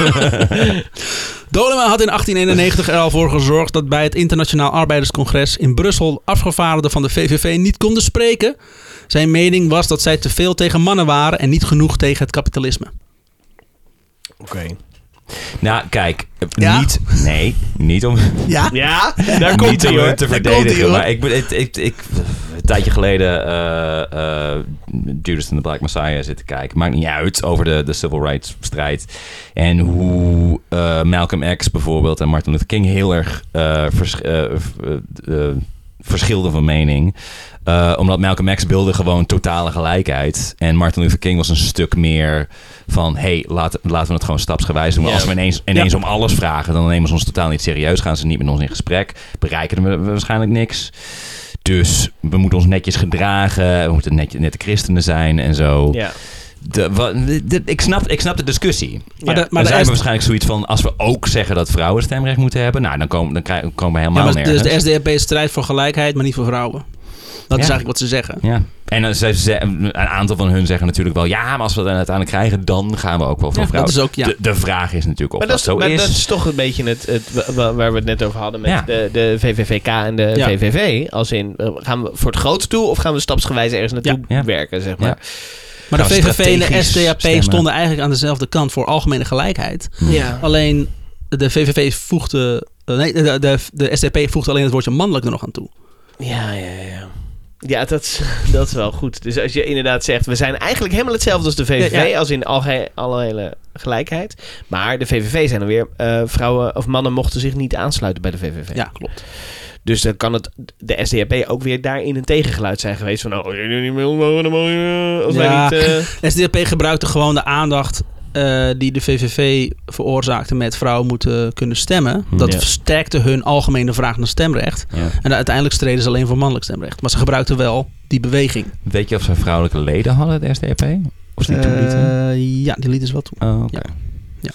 Dolema had in achttien eenennegentig er al voor gezorgd dat bij het Internationaal Arbeiderscongres in Brussel afgevaardigden van de V V V niet konden spreken. Zijn mening was dat zij te veel tegen mannen waren en niet genoeg tegen het kapitalisme. Oké. Nou, kijk. Ja? Niet... Nee, niet om... Ja? Ja, daar komt niet hij om hoor. hem te Daar komt-ie, verdedigen. hoor. Maar ik... ik, ik, ik dat tijdje geleden uh, uh, Judas and the Black Messiah zitten kijken. Maakt niet uit, over de, de civil rights strijd. En hoe uh, Malcolm X bijvoorbeeld en Martin Luther King heel erg uh, vers, uh, uh, uh, verschilden van mening. Uh, omdat Malcolm X wilde gewoon totale gelijkheid. En Martin Luther King was een stuk meer van... hey, laat, laten we het gewoon stapsgewijs doen. Ja. Als we ineens, ineens Ja. om alles vragen... dan nemen ze ons totaal niet serieus. Gaan ze niet met ons in gesprek. Bereiken we waarschijnlijk niks. Dus we moeten ons netjes gedragen. We moeten net, net de christenen zijn en zo. Ja. De, wa, de, de, ik, snap, ik snap de discussie. Ja. Maar de, Maar maar dan de zijn we S- waarschijnlijk zoiets van... als we ook zeggen dat vrouwen stemrecht moeten hebben... nou, dan komen, dan krijgen, komen we ja, helemaal maar nergens. dus de S D A P strijdt voor gelijkheid, maar niet voor vrouwen. Dat is Ja. eigenlijk wat ze zeggen. Ja, en dan ze, ze, een aantal van hun zeggen natuurlijk wel... ja, maar als we het dan uiteindelijk krijgen... dan gaan we ook wel voor Ja, vrouwen. dat is ook, ja. de, de vraag is natuurlijk of Maar, dat, dat, is, zo maar is. dat is toch een beetje het, het wa- waar we het net over hadden met Ja. de, de V V V K en de Ja. V V V. Als in, uh, gaan we voor het grote toe of gaan we stapsgewijs ergens naartoe Ja. Ja. werken, zeg maar. Ja. Maar de Gaan V we V V en de strategisch S D A P stemmen? stonden eigenlijk aan dezelfde kant voor algemene gelijkheid. Ja. Alleen de V V V voegde... uh, nee, de, de, de S D A P voegde alleen het woordje mannelijk er nog aan toe. Ja, ja, ja. Ja, dat is, dat is wel goed. Dus als je inderdaad zegt... we zijn eigenlijk helemaal hetzelfde als de V V V... Ja, ja. als in alge- algehele gelijkheid. Maar de V V V zijn dan weer... uh, vrouwen of mannen mochten zich niet aansluiten bij de V V V. Ja, klopt. Dus dan kan het de S D A P ook weer daarin een tegengeluid zijn geweest. Van, oh, je niet meer mogen, dan mogen je... Als Ja. wij niet... Uh... S D A P gebruikte gewoon de aandacht uh, die de V V V veroorzaakte met vrouwen moeten kunnen stemmen. Dat Ja. versterkte hun algemene vraag naar stemrecht. Ja. En uiteindelijk streden ze alleen voor mannelijk stemrecht. Maar ze gebruikten wel die beweging. Weet je of ze vrouwelijke leden hadden, de S D A P? Of ze die toelieten? Uh, ja, die lieten ze wel toe. Oh, oké. Ja.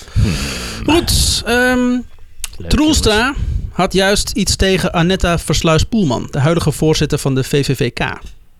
Goed, um, Troelstra had juist iets tegen Annetta Versluis-Poelman, de huidige voorzitter van de V V V K.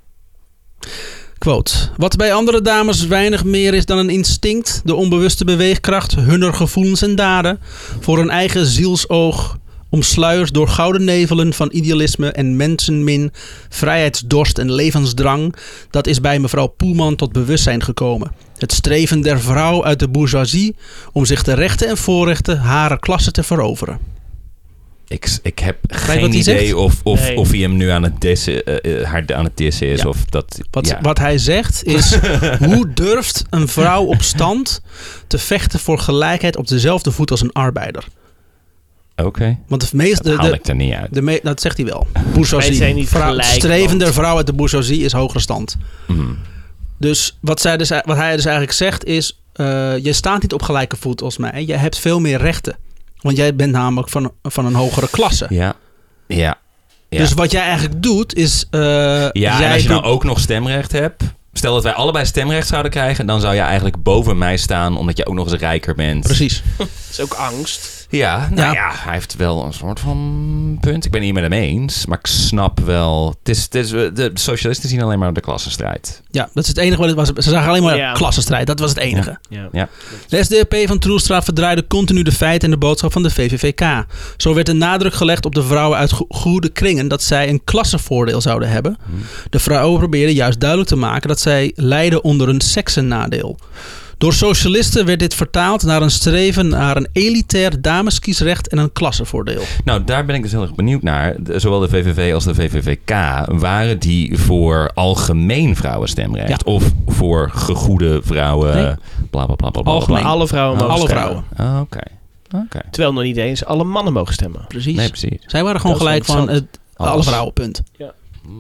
Quote: wat bij andere dames weinig meer is dan een instinct, de onbewuste beweegkracht hunner gevoelens en daden, voor hun eigen zielsoog omsluierd door gouden nevelen van idealisme en mensenmin, vrijheidsdorst en levensdrang, dat is bij mevrouw Poelman tot bewustzijn gekomen. Het streven der vrouw uit de bourgeoisie om zich de rechten en voorrechten harer klasse te veroveren. Ik, ik heb wat geen hij idee zegt? of, of, Nee. of hij hem nu aan het dissen, uh, uh, haar aan het dissen is. Ja. Of dat, Wat, ja. wat hij zegt is, hoe durft een vrouw op stand te vechten voor gelijkheid op dezelfde voet als een arbeider? Oké, okay. Want de meeste... dat De, haal de, ik er niet uit. de me, dat zegt hij wel. Wij zijn Bourgeoisie. niet Vrouw, gelijk, streven der want- vrouw uit de bourgeoisie is hogere stand. Mm. Dus wat, zij dus wat hij dus eigenlijk zegt is, uh, je staat niet op gelijke voet als mij. Je hebt veel meer rechten. Want jij bent namelijk van, van een hogere klasse. Ja, ja. ja. Dus wat jij eigenlijk doet is... Uh, ja, jij en als je doet, nou ook nog stemrecht hebt... Stel dat wij allebei stemrecht zouden krijgen... dan zou je eigenlijk boven mij staan... omdat je ook nog eens rijker bent. Precies. Dat is ook angst. Ja, nou Ja. ja. hij heeft wel een soort van punt. Ik ben het niet met hem eens, maar ik snap wel... Het is, het is, de socialisten zien alleen maar de klassenstrijd. Ja, dat is het enige wat het was. Ze zagen alleen maar Ja. klassenstrijd. Dat was het enige. Ja. Ja. De S D A P van Troelstra verdraaide continu de feiten en de boodschap van de V V V K. Zo werd de nadruk gelegd op de vrouwen uit go- goede kringen dat zij een klassenvoordeel zouden hebben. De vrouwen probeerden juist duidelijk te maken dat zij lijden onder een seksennadeel. Door socialisten werd dit vertaald naar een streven naar een elitair dameskiesrecht en een klassenvoordeel. Nou, daar ben ik dus heel erg benieuwd naar. De- zowel de V V V als de V V V K... waren die voor algemeen vrouwenstemrecht? Ja. Of voor gegoede vrouwen? Nee. Bla, bla, bla, bla, bla, Algemeen. bla. Alle vrouwen mogen Alle stemmen. vrouwen. Ah, Oké. Oké. Terwijl nog niet eens alle mannen mogen stemmen. Precies. Nee, precies. Zij waren gewoon Dat is gelijk wel van het, alle Alles. vrouwen, punt. Ja.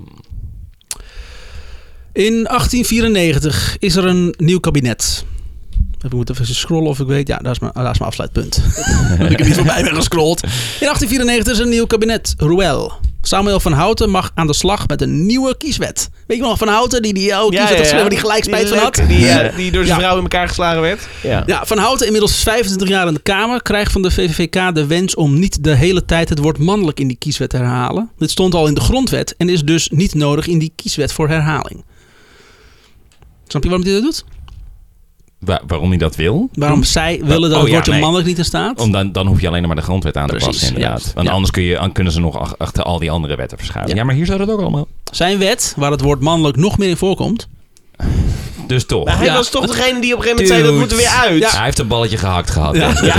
In achttien vierennegentig is er een nieuw kabinet. Ik moet even scrollen of ik weet. Ja, daar is mijn, daar is mijn afsluitpunt. Dat ik er niet voorbij ben gescrolld. In achttien vierennegentig is er een nieuw kabinet. Ruel. Samuel van Houten mag aan de slag met een nieuwe kieswet. Weet je nog, Van Houten, die die oude kieswet had geschreven, waar die gelijk spijt van had? Die, uh, die door zijn Ja. vrouw in elkaar geslagen werd. Ja. Ja, Van Houten, inmiddels vijfentwintig jaar in de Kamer, krijgt van de V V V K de wens om niet de hele tijd het woord mannelijk in die kieswet te herhalen. Dit stond al in de grondwet en is dus niet nodig in die kieswet voor herhaling. Snap je waarom hij dat doet? Waar- waarom hij dat wil? Waarom zij willen dat Oh, het ja, woordje nee. mannelijk niet in staat? Om dan, dan hoef je alleen maar de grondwet aan te Precies, passen, inderdaad. ja. Want Ja. anders kun je, dan kunnen ze nog ach- achter al die andere wetten verschuiven. Ja. Ja, maar hier staat het ook allemaal. Zijn wet, waar het woord mannelijk nog meer in voorkomt, Dus toch. Maar hij Ja. was toch degene die op een gegeven moment zei, dat moeten weer uit. Ja. Hij heeft een balletje gehakt gehad. Ja. Ja.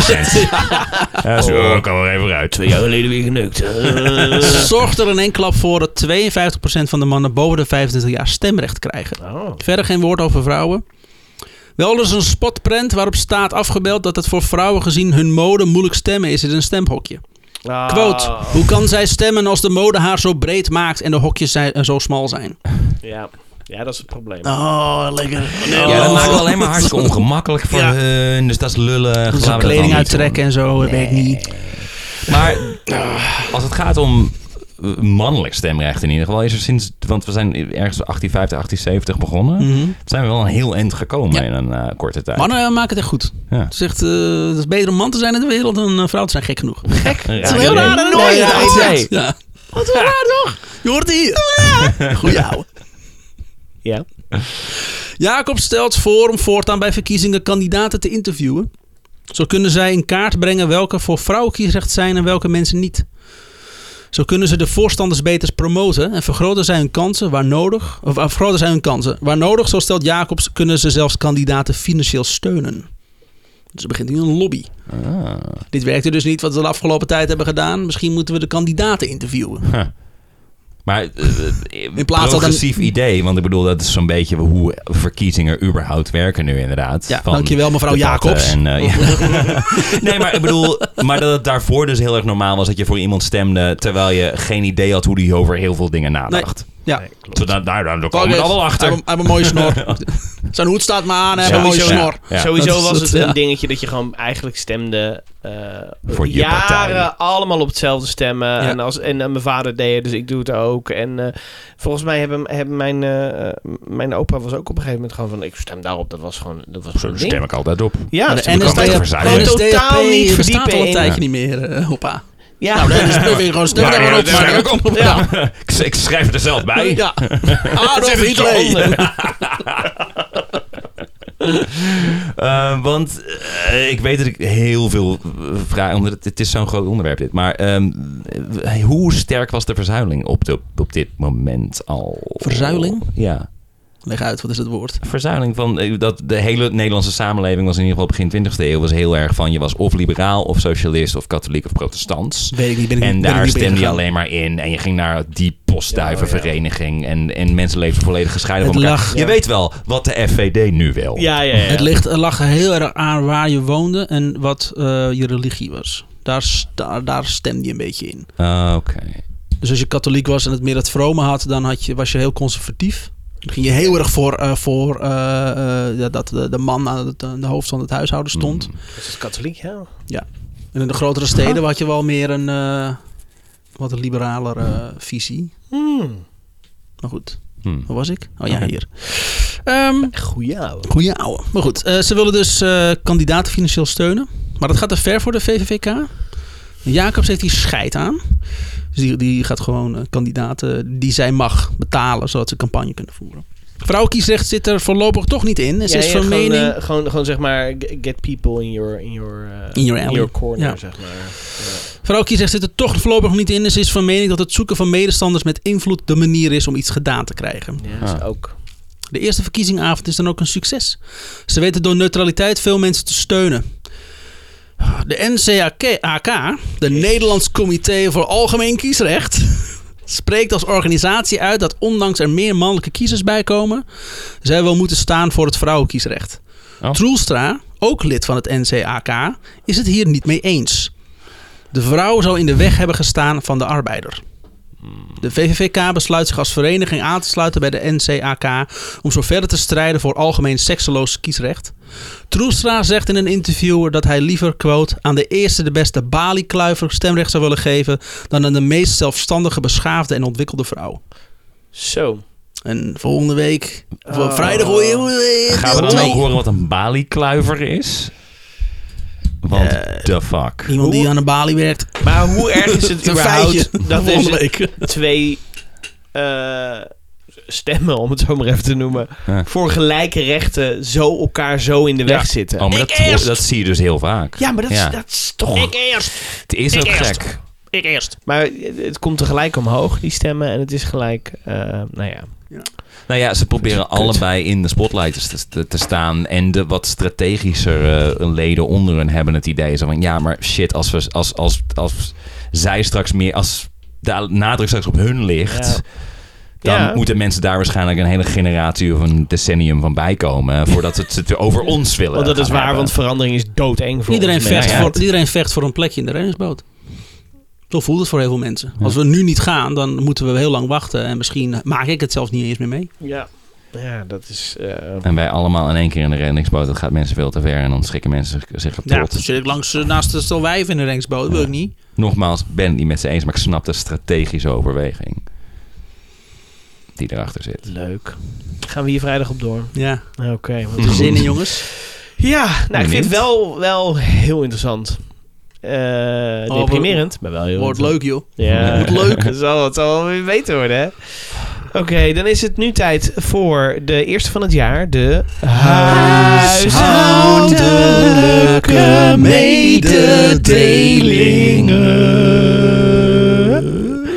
Ja, zo, oh, kan er even uit. Twee jaar geleden weer genukt. Uh. Zorgt er in één klap voor dat tweeënvijftig procent van de mannen boven de vijfentwintig jaar stemrecht krijgen. Oh. Verder geen woord over vrouwen. Wel dus een spotprint waarop staat afgebeeld dat het voor vrouwen gezien hun mode moeilijk stemmen is in een stemhokje. Ah. Quote, hoe kan zij stemmen als de mode haar zo breed maakt en de hokjes zijn, zo smal zijn? Ja. ja, dat is het probleem. Oh, lekker. Ja, dat maakt het alleen maar hartstikke ongemakkelijk voor Ja. hun. Dus dat is lullig. Dus Laten we dat kleding dan uittrekken en zo, dat weet ik niet. doen. Maar als het gaat om mannelijk stemrecht in ieder geval, is er sinds... Want we zijn ergens achttien vijftig, achttien zeventig begonnen. Mm-hmm. Zijn we wel een heel eind gekomen Ja. in een uh, korte tijd. Mannen maken het echt goed. Ja. Het is echt, uh, het is beter een man te zijn in de wereld dan een vrouw te zijn. Gek genoeg. Gek. Ja, Het is wel heel ja, raar. ja. hè? Nooit Ja, een idee. Ja. Wat is raar toch? Je hoort het hier. Goeie ouwe. Ja. Jacob stelt voor om voortaan bij verkiezingen kandidaten te interviewen. Zo kunnen zij in kaart brengen welke voor vrouwenkiesrecht zijn en welke mensen niet. Zo kunnen ze de voorstanders beter promoten en vergroten zij hun kansen waar nodig. Of uh, vergroten zij hun kansen. Waar nodig, zo stelt Jacobs, kunnen ze zelfs kandidaten financieel steunen. Dus er begint nu een lobby. Ah. Dit werkte dus niet wat we de afgelopen tijd hebben gedaan. Misschien moeten we de kandidaten interviewen. Huh. Maar uh, In plaats van progressief idee, want ik bedoel, dat is zo'n beetje hoe verkiezingen überhaupt werken nu inderdaad. Ja, Van dankjewel mevrouw debatten Jacobs. En, uh, ja. Nee, maar ik bedoel, maar dat het daarvoor dus heel erg normaal was dat je voor iemand stemde, terwijl je geen idee had hoe die over heel veel dingen nadacht. Ja. Nee, klopt. Zo, daar, daar, daar komen we al wel achter. Hij heeft een mooie snor. Zijn hoed staat maar aan en hij heeft een mooie Sowieso, snor. Ja. Sowieso Dat is was het, het een ja. dingetje dat je gewoon eigenlijk stemde uh, Voor je jaren partij. allemaal op hetzelfde stemmen. Ja. En, als, en uh, mijn vader deed het, dus ik doe het ook. En uh, volgens mij hebben, hebben mijn, uh, mijn opa was ook op een gegeven moment gewoon van, ik stem daarop. Dat was gewoon, dat was Zo gewoon een ding. stem ik altijd op. Ja, Maar dus de toen kwam het verzuilen. gewoon totaal niet bestaat verdiepen al een in. tijdje niet meer, uh, hoppa. Ja, Nou, dan is het weer gewoon stem Ja, daar ja, maar op. dat maar- schrijf ik op. Ja. Ik, ik schrijf het er zelf bij. Ja. Adolf Hitler. Uh, want uh, ik weet dat ik heel veel vraag, omdat het, het is zo'n groot onderwerp dit. Maar um, uh, hoe sterk was de verzuiling op, de, op dit moment al? Verzuiling? Ja. Leg uit, wat is het woord? Verzuiling van uh, dat de hele Nederlandse samenleving was in ieder geval begin twintigste eeuw was heel erg van je was of liberaal of socialist of katholiek of protestants. Weet ik niet. Ben ik, En ben ik daar niet stemde je ingegaan. alleen maar in. En je ging naar die postduivenvereniging. En, en mensen leefden volledig gescheiden Het van elkaar. lag- Je ja. weet wel wat de F V D nu wil. ja, ja, ja. Het ligt, er lag heel erg aan waar je woonde en wat uh, je religie was. Daar, sta- daar stemde je een beetje in. Uh, Oké. Dus als je katholiek was en het meer het vrome had, dan had je, was je heel conservatief. Dan ging je heel erg voor, uh, voor uh, uh, ja, dat de, de man aan het, aan de hoofd van het huishouden stond. Mm. Dat is katholiek, ja. En in de grotere steden had je wel meer een uh, wat een liberalere visie. Hmm. Maar goed, Hmm. waar was ik? Oh ja, Oké. hier. Um, Goeie ouwe. Goeie ouwe. Maar goed, uh, ze willen dus uh, kandidaten financieel steunen. Maar dat gaat te ver voor de V V V K. Jacobs heeft hier scheid aan. Dus die, die gaat gewoon uh, kandidaten die zij mag betalen, zodat ze campagne kunnen voeren. Vrouwenkiesrecht zit er voorlopig toch niet in. Ze Ja, is ja, van gewoon, mening... uh, gewoon, gewoon zeg maar, get people in your, in your, uh, In your alley. corner, Ja. zeg maar. Ja. Vrouwenkiesrecht zit er toch voorlopig nog niet in. En ze is van mening dat het zoeken van medestanders met invloed de manier is om iets gedaan te krijgen. Ja, dat is Ah. ook. De eerste verkiezingavond is dan ook een succes. Ze weten door neutraliteit veel mensen te steunen. De N C A K, de Nederlands Comité voor Algemeen Kiesrecht, spreekt als organisatie uit dat ondanks er meer mannelijke kiezers bijkomen, zij wel moeten staan voor het vrouwenkiesrecht. Oh. Troelstra, ook lid van het N C A K, is het hier niet mee eens. De vrouw zou in de weg hebben gestaan van de arbeider. De V V V K besluit zich als vereniging aan te sluiten bij de N C A K om zo verder te strijden voor algemeen sekseloos kiesrecht. Troelstra zegt in een interview dat hij liever, quote, aan de eerste de beste Bali-kluiver stemrecht zou willen geven dan aan de meest zelfstandige, beschaafde en ontwikkelde vrouw. Zo. En volgende week, voor Oh. vrijdag hoor je... Gaan we dan twee. ook horen wat een Bali-kluiver is? Want Eh, the fuck. Iemand die aan de balie werkt. Maar hoe erg is het Een überhaupt feitje. dat Volgende er week. twee uh, stemmen, om het zo maar even te noemen, Ja. voor gelijke rechten zo elkaar zo in de weg zitten? Oh, maar Ik dat, eerst. dat zie je dus heel vaak. Ja, maar dat, Ja. Is, dat is toch... Ik eerst. Het is Ik ook eerst. gek. Ik eerst. Maar het komt tegelijk omhoog, die stemmen. En het is gelijk, uh, nou ja. Nou ja, ze proberen Kut. allebei in de spotlight te, te, te staan. En de wat strategischer uh, leden onder hen hebben het idee zo van... Ja, maar shit, als, we, als, als, als zij straks meer... Als de nadruk straks op hun ligt... Ja. Dan Ja. moeten mensen daar waarschijnlijk een hele generatie of een decennium van bijkomen... voordat ze het over ons willen. Want dat is gaan waar, hebben. want verandering is doodeng voor Iedereen ons vecht, mensen. voor, iedereen vecht voor een plekje in de reddingsboot. Zo voelt het voor heel veel mensen. Als we nu niet gaan, dan moeten we heel lang wachten. En misschien maak ik het zelfs niet eens meer mee. Ja, ja dat is... Uh... En wij allemaal in één keer in de reddingsboot. Dat gaat mensen veel te ver en dan schrikken mensen zich Ja, kapot. dan zit ik langs, uh, naast de stel wijven in de reddingsboot. Dat wil ik niet. Nogmaals, ben het niet met ze eens, maar ik snap de strategische overweging die erachter zit. Leuk. Gaan we hier vrijdag op door? Ja, Oké. Okay, er zin in, jongens. Ja, nou, ik vind het Benieuwd. wel, wel heel interessant. Uh, Oh, deprimerend, maar wel heel Wordt interessant. leuk, joh. Ja, Wordt leuk. Het zal, het zal wel weer beter worden, hè? Oké, okay, dan is het nu tijd voor de eerste van het jaar. De huishoudelijke mededelingen.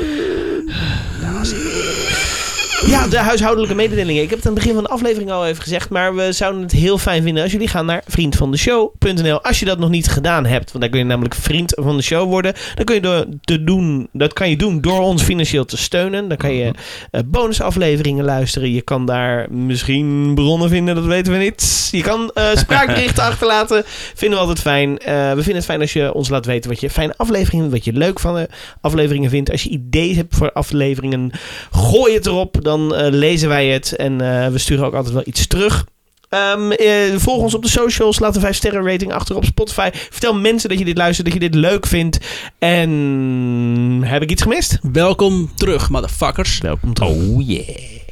Ja, de huishoudelijke mededelingen. Ik heb het aan het begin van de aflevering al even gezegd, maar we zouden het heel fijn vinden als jullie gaan naar vriendvandeshow punt n l. Als je dat nog niet gedaan hebt, want daar kun je namelijk vriend van de show worden. Dan kun je door te doen, dat kan je doen door ons financieel te steunen. Dan kan je uh, bonusafleveringen luisteren. Je kan daar misschien bronnen vinden, dat weten we niet. Je kan uh, spraakberichten achterlaten. Vinden we altijd fijn. Uh, we vinden het fijn als je ons laat weten wat je fijne afleveringen, wat je leuk van de afleveringen vindt. Als je ideeën hebt voor afleveringen, gooi het erop. Dan uh, lezen wij het en uh, we sturen ook altijd wel iets terug. Um, uh, volg ons op de socials. Laat een vijf sterren rating achter op Spotify. Vertel mensen dat je dit luistert, dat je dit leuk vindt. En heb ik iets gemist? Welkom terug, motherfuckers. Welkom terug. Oh yeah.